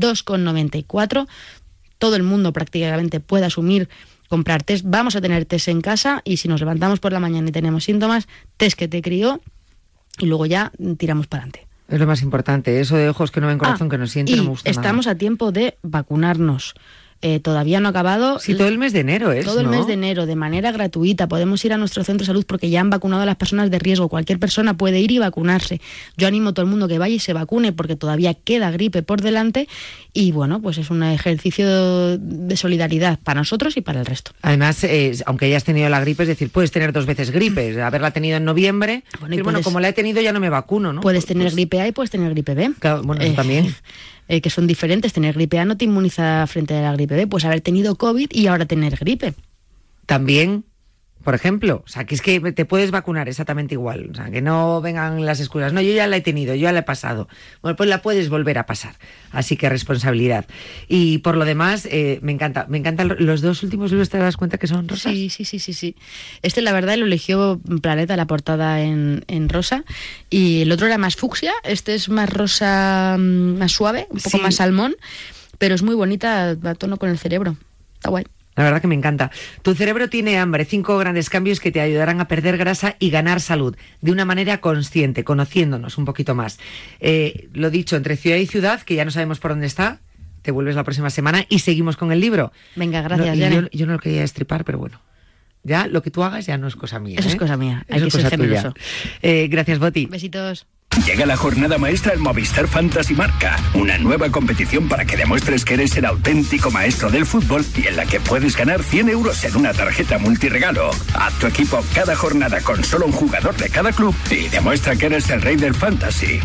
Speaker 7: 2,94. Todo el mundo prácticamente puede asumir comprar test. Vamos a tener test en casa, y si nos levantamos por la mañana y tenemos síntomas, test que te crió, y luego ya tiramos para adelante.
Speaker 8: Es lo más importante, eso de ojos que no ven, corazón que no siente, no me gusta nada.
Speaker 7: Estamos a tiempo de vacunarnos. Todavía no ha acabado.
Speaker 8: Sí, todo el mes de enero es,
Speaker 7: Todo el mes de enero, de manera gratuita. Podemos ir a nuestro centro de salud porque ya han vacunado a las personas de riesgo. Cualquier persona puede ir y vacunarse. Yo animo a todo el mundo que vaya y se vacune porque todavía queda gripe por delante, y bueno, pues es un ejercicio de solidaridad para nosotros y para el resto.
Speaker 8: Además, aunque hayas tenido la gripe, es decir, puedes tener 2 veces gripe, haberla tenido en noviembre, bueno, como la he tenido ya no me vacuno, ¿no?
Speaker 7: Puedes tener gripe A y puedes tener gripe B.
Speaker 8: Claro, bueno, eso también.
Speaker 7: Que son diferentes. Tener gripe A no te inmuniza frente a la gripe B, pues haber tenido COVID y ahora tener gripe.
Speaker 8: También, por ejemplo, o sea, que es que te puedes vacunar exactamente igual, o sea, que no vengan las excusas, no, yo ya la he tenido, yo ya la he pasado. Bueno, pues la puedes volver a pasar, así que responsabilidad. Y por lo demás, me encantan los 2 últimos libros, ¿te das cuenta que son rosas?
Speaker 7: Sí. Este, la verdad, lo eligió Planeta, la portada en rosa, y el otro era más fucsia. Este es más rosa, más suave, un poco más salmón, pero es muy bonita, a tono con el cerebro. Está guay.
Speaker 8: La verdad que me encanta. Tu cerebro tiene hambre. 5 grandes cambios que te ayudarán a perder grasa y ganar salud de una manera consciente, conociéndonos un poquito más. Lo dicho, entre ciudad y ciudad, que ya no sabemos por dónde está, te vuelves la próxima semana y seguimos con el libro.
Speaker 7: Venga, gracias,
Speaker 8: yo no lo quería destripar, pero bueno. Ya lo que tú hagas ya no es cosa mía.
Speaker 7: Eso es cosa mía. Hay que ser generoso.
Speaker 8: Gracias, Boti.
Speaker 7: Besitos.
Speaker 6: Llega la jornada maestra en Movistar Fantasy Marca, una nueva competición para que demuestres que eres el auténtico maestro del fútbol y en la que puedes ganar 100 euros en una tarjeta multirregalo. Haz tu equipo cada jornada con solo un jugador de cada club y demuestra que eres el rey del fantasy.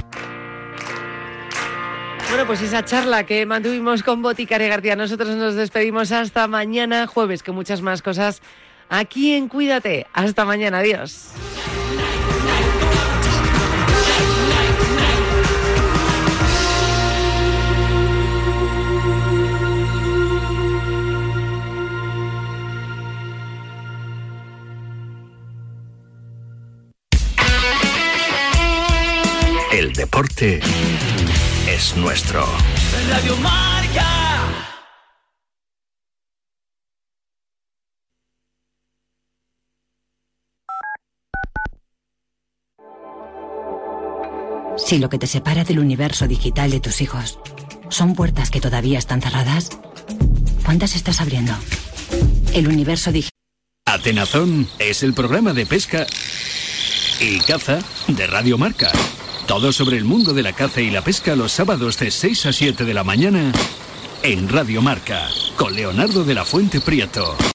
Speaker 2: Bueno, pues esa charla que mantuvimos con Boti Care García. Nosotros nos despedimos hasta mañana jueves, con muchas más cosas aquí en Cuídate. Hasta mañana, adiós.
Speaker 6: El deporte es nuestro.
Speaker 9: Radio Marca.
Speaker 3: Si lo que te separa del universo digital de tus hijos son puertas que todavía están cerradas, ¿cuántas estás abriendo? El universo digital.
Speaker 6: Atenazón es el programa de pesca y caza de Radio Marca. Todo sobre el mundo de la caza y la pesca los sábados de 6 a 7 de la mañana en Radio Marca, con Leonardo de la Fuente Prieto.